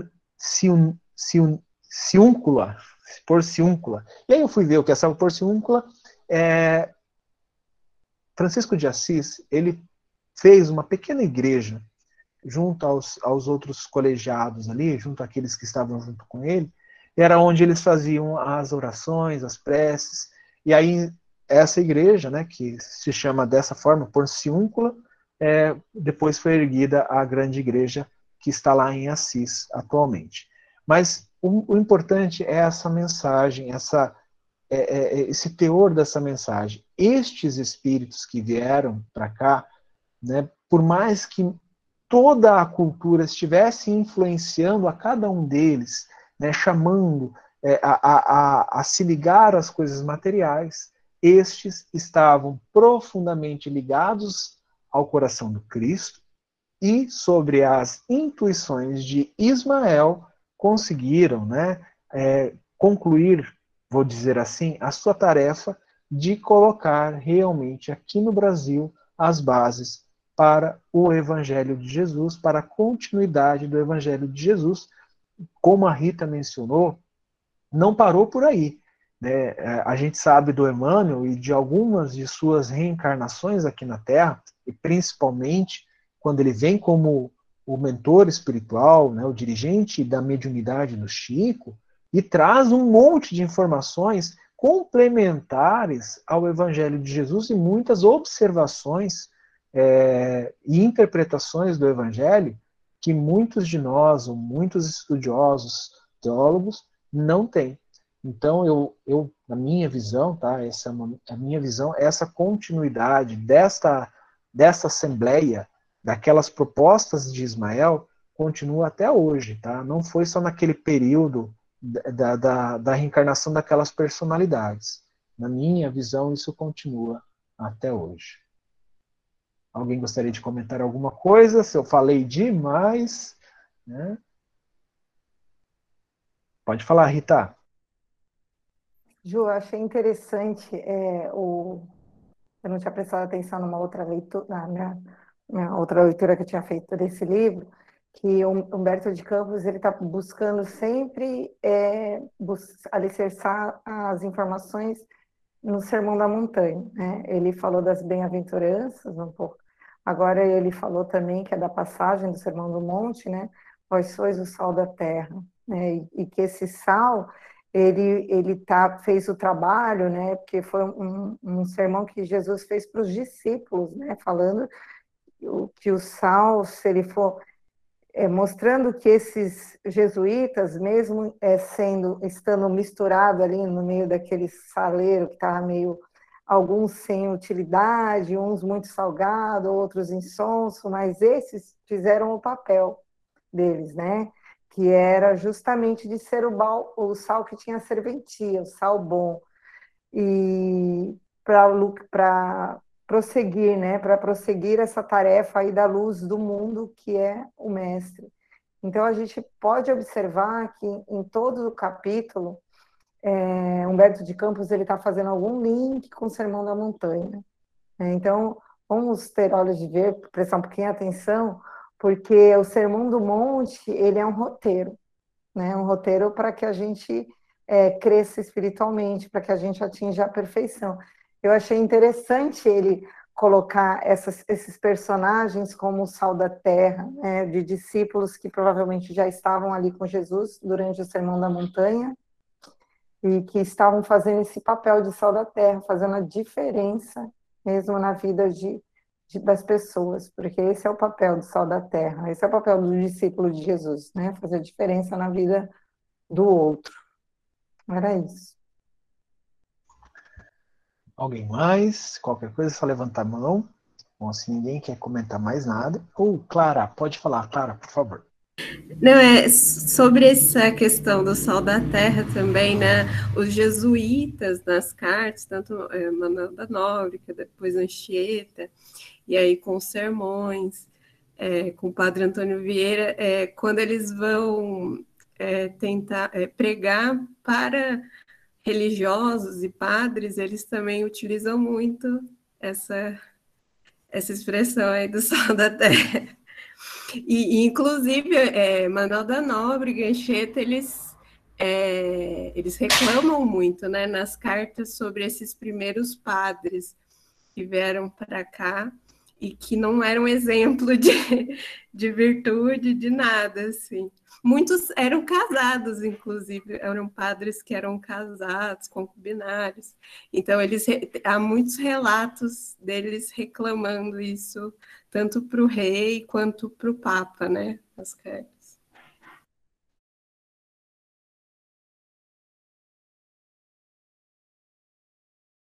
porciúncula. porciúncula. E aí eu fui ver o que é essa porciúncula. É... Francisco de Assis, ele fez uma pequena igreja junto aos, aos outros colegiados ali, junto àqueles que estavam junto com ele, era onde eles faziam as orações, as preces, e aí essa igreja, né, que se chama dessa forma, Porciúncula, é, depois foi erguida a grande igreja que está lá em Assis atualmente. Mas o, o importante é essa mensagem, essa, é, é, esse teor dessa mensagem. Estes espíritos que vieram para cá, né, por mais que toda a cultura estivesse influenciando a cada um deles, né, chamando é, a, a, a, a se ligar às coisas materiais, estes estavam profundamente ligados ao coração do Cristo e, sobre as intuições de Ismael, conseguiram, né, é, concluir, vou dizer assim, a sua tarefa de colocar realmente aqui no Brasil as bases para o Evangelho de Jesus, para a continuidade do Evangelho de Jesus. Como a Rita mencionou, não parou por aí. Né? A gente sabe do Emmanuel e de algumas de suas reencarnações aqui na Terra, e principalmente quando ele vem como o mentor espiritual, né, o dirigente da mediunidade do Chico, e traz um monte de informações complementares ao Evangelho de Jesus e muitas observações é, e interpretações do Evangelho que muitos de nós, ou muitos estudiosos, teólogos, não têm. Então, eu, eu, na minha visão, tá, essa, a minha visão é essa continuidade desta, dessa assembleia, daquelas propostas de Ismael, continua até hoje. Tá? Não foi só naquele período da, da, da reencarnação daquelas personalidades. Na minha visão, isso continua até hoje. Alguém gostaria de comentar alguma coisa? Se eu falei demais, né? Pode falar, Rita. Ju, eu achei interessante, é, o... eu não tinha prestado atenção numa outra leitura, na minha, minha outra leitura que eu tinha feito desse livro, que o Humberto de Campos ele está buscando sempre é, bus alicerçar as informações no Sermão da Montanha, né? Ele falou das bem-aventuranças um pouco. Agora ele falou também que é da passagem do Sermão do Monte, né? Vós sois o sal da terra, né? E, e que esse sal ele ele tá fez o trabalho, né? Porque foi um, um sermão que Jesus fez para os discípulos, né? Falando que o sal, se ele for é, mostrando que esses jesuítas, mesmo é, sendo estando misturado ali no meio daquele saleiro que estava meio alguns sem utilidade, uns muito salgado, outros insonso, mas esses fizeram o papel deles, né? Que era justamente de ser o, bal, o sal que tinha serventia, o sal bom. E para prosseguir, né, para prosseguir essa tarefa aí da luz do mundo que é o mestre. Então a gente pode observar que em todo o capítulo é, Humberto de Campos ele está fazendo algum link com o Sermão da Montanha. Né? Então vamos ter olhos de ver, prestar um pouquinho de atenção, porque o Sermão do Monte ele é um roteiro, né, um roteiro para que a gente é, cresça espiritualmente, para que a gente atinja a perfeição. Eu achei interessante ele colocar essas, esses personagens como o sal da terra, né, de discípulos que provavelmente já estavam ali com Jesus durante o Sermão da Montanha e que estavam fazendo esse papel de sal da terra, fazendo a diferença mesmo na vida de, de, das pessoas, porque esse é o papel do sal da terra, esse é o papel do discípulo de Jesus, né, fazer a diferença na vida do outro. Era isso. Alguém mais? Qualquer coisa, é só levantar a mão. Bom, se ninguém quer comentar mais nada. Ou, oh, Clara, pode falar. Clara, por favor. Não, é sobre essa questão do sal da terra também, né? Os jesuítas nas cartas, tanto é, Manuel da Nóbrega, depois Anchieta, e aí com os sermões, é, com o padre Antônio Vieira, é, quando eles vão é, tentar é, pregar para religiosos e padres, eles também utilizam muito essa, essa expressão aí do sal da terra. E, e inclusive, é, Manuel da Nóbrega e Anchieta, eles, é, eles reclamam muito, né, nas cartas sobre esses primeiros padres que vieram para cá e que não eram exemplo de, de virtude, de nada, assim. Muitos eram casados, inclusive, eram padres que eram casados, concubinários. Então, eles, há muitos relatos deles reclamando isso, tanto para o rei quanto para o papa, né? As cartas.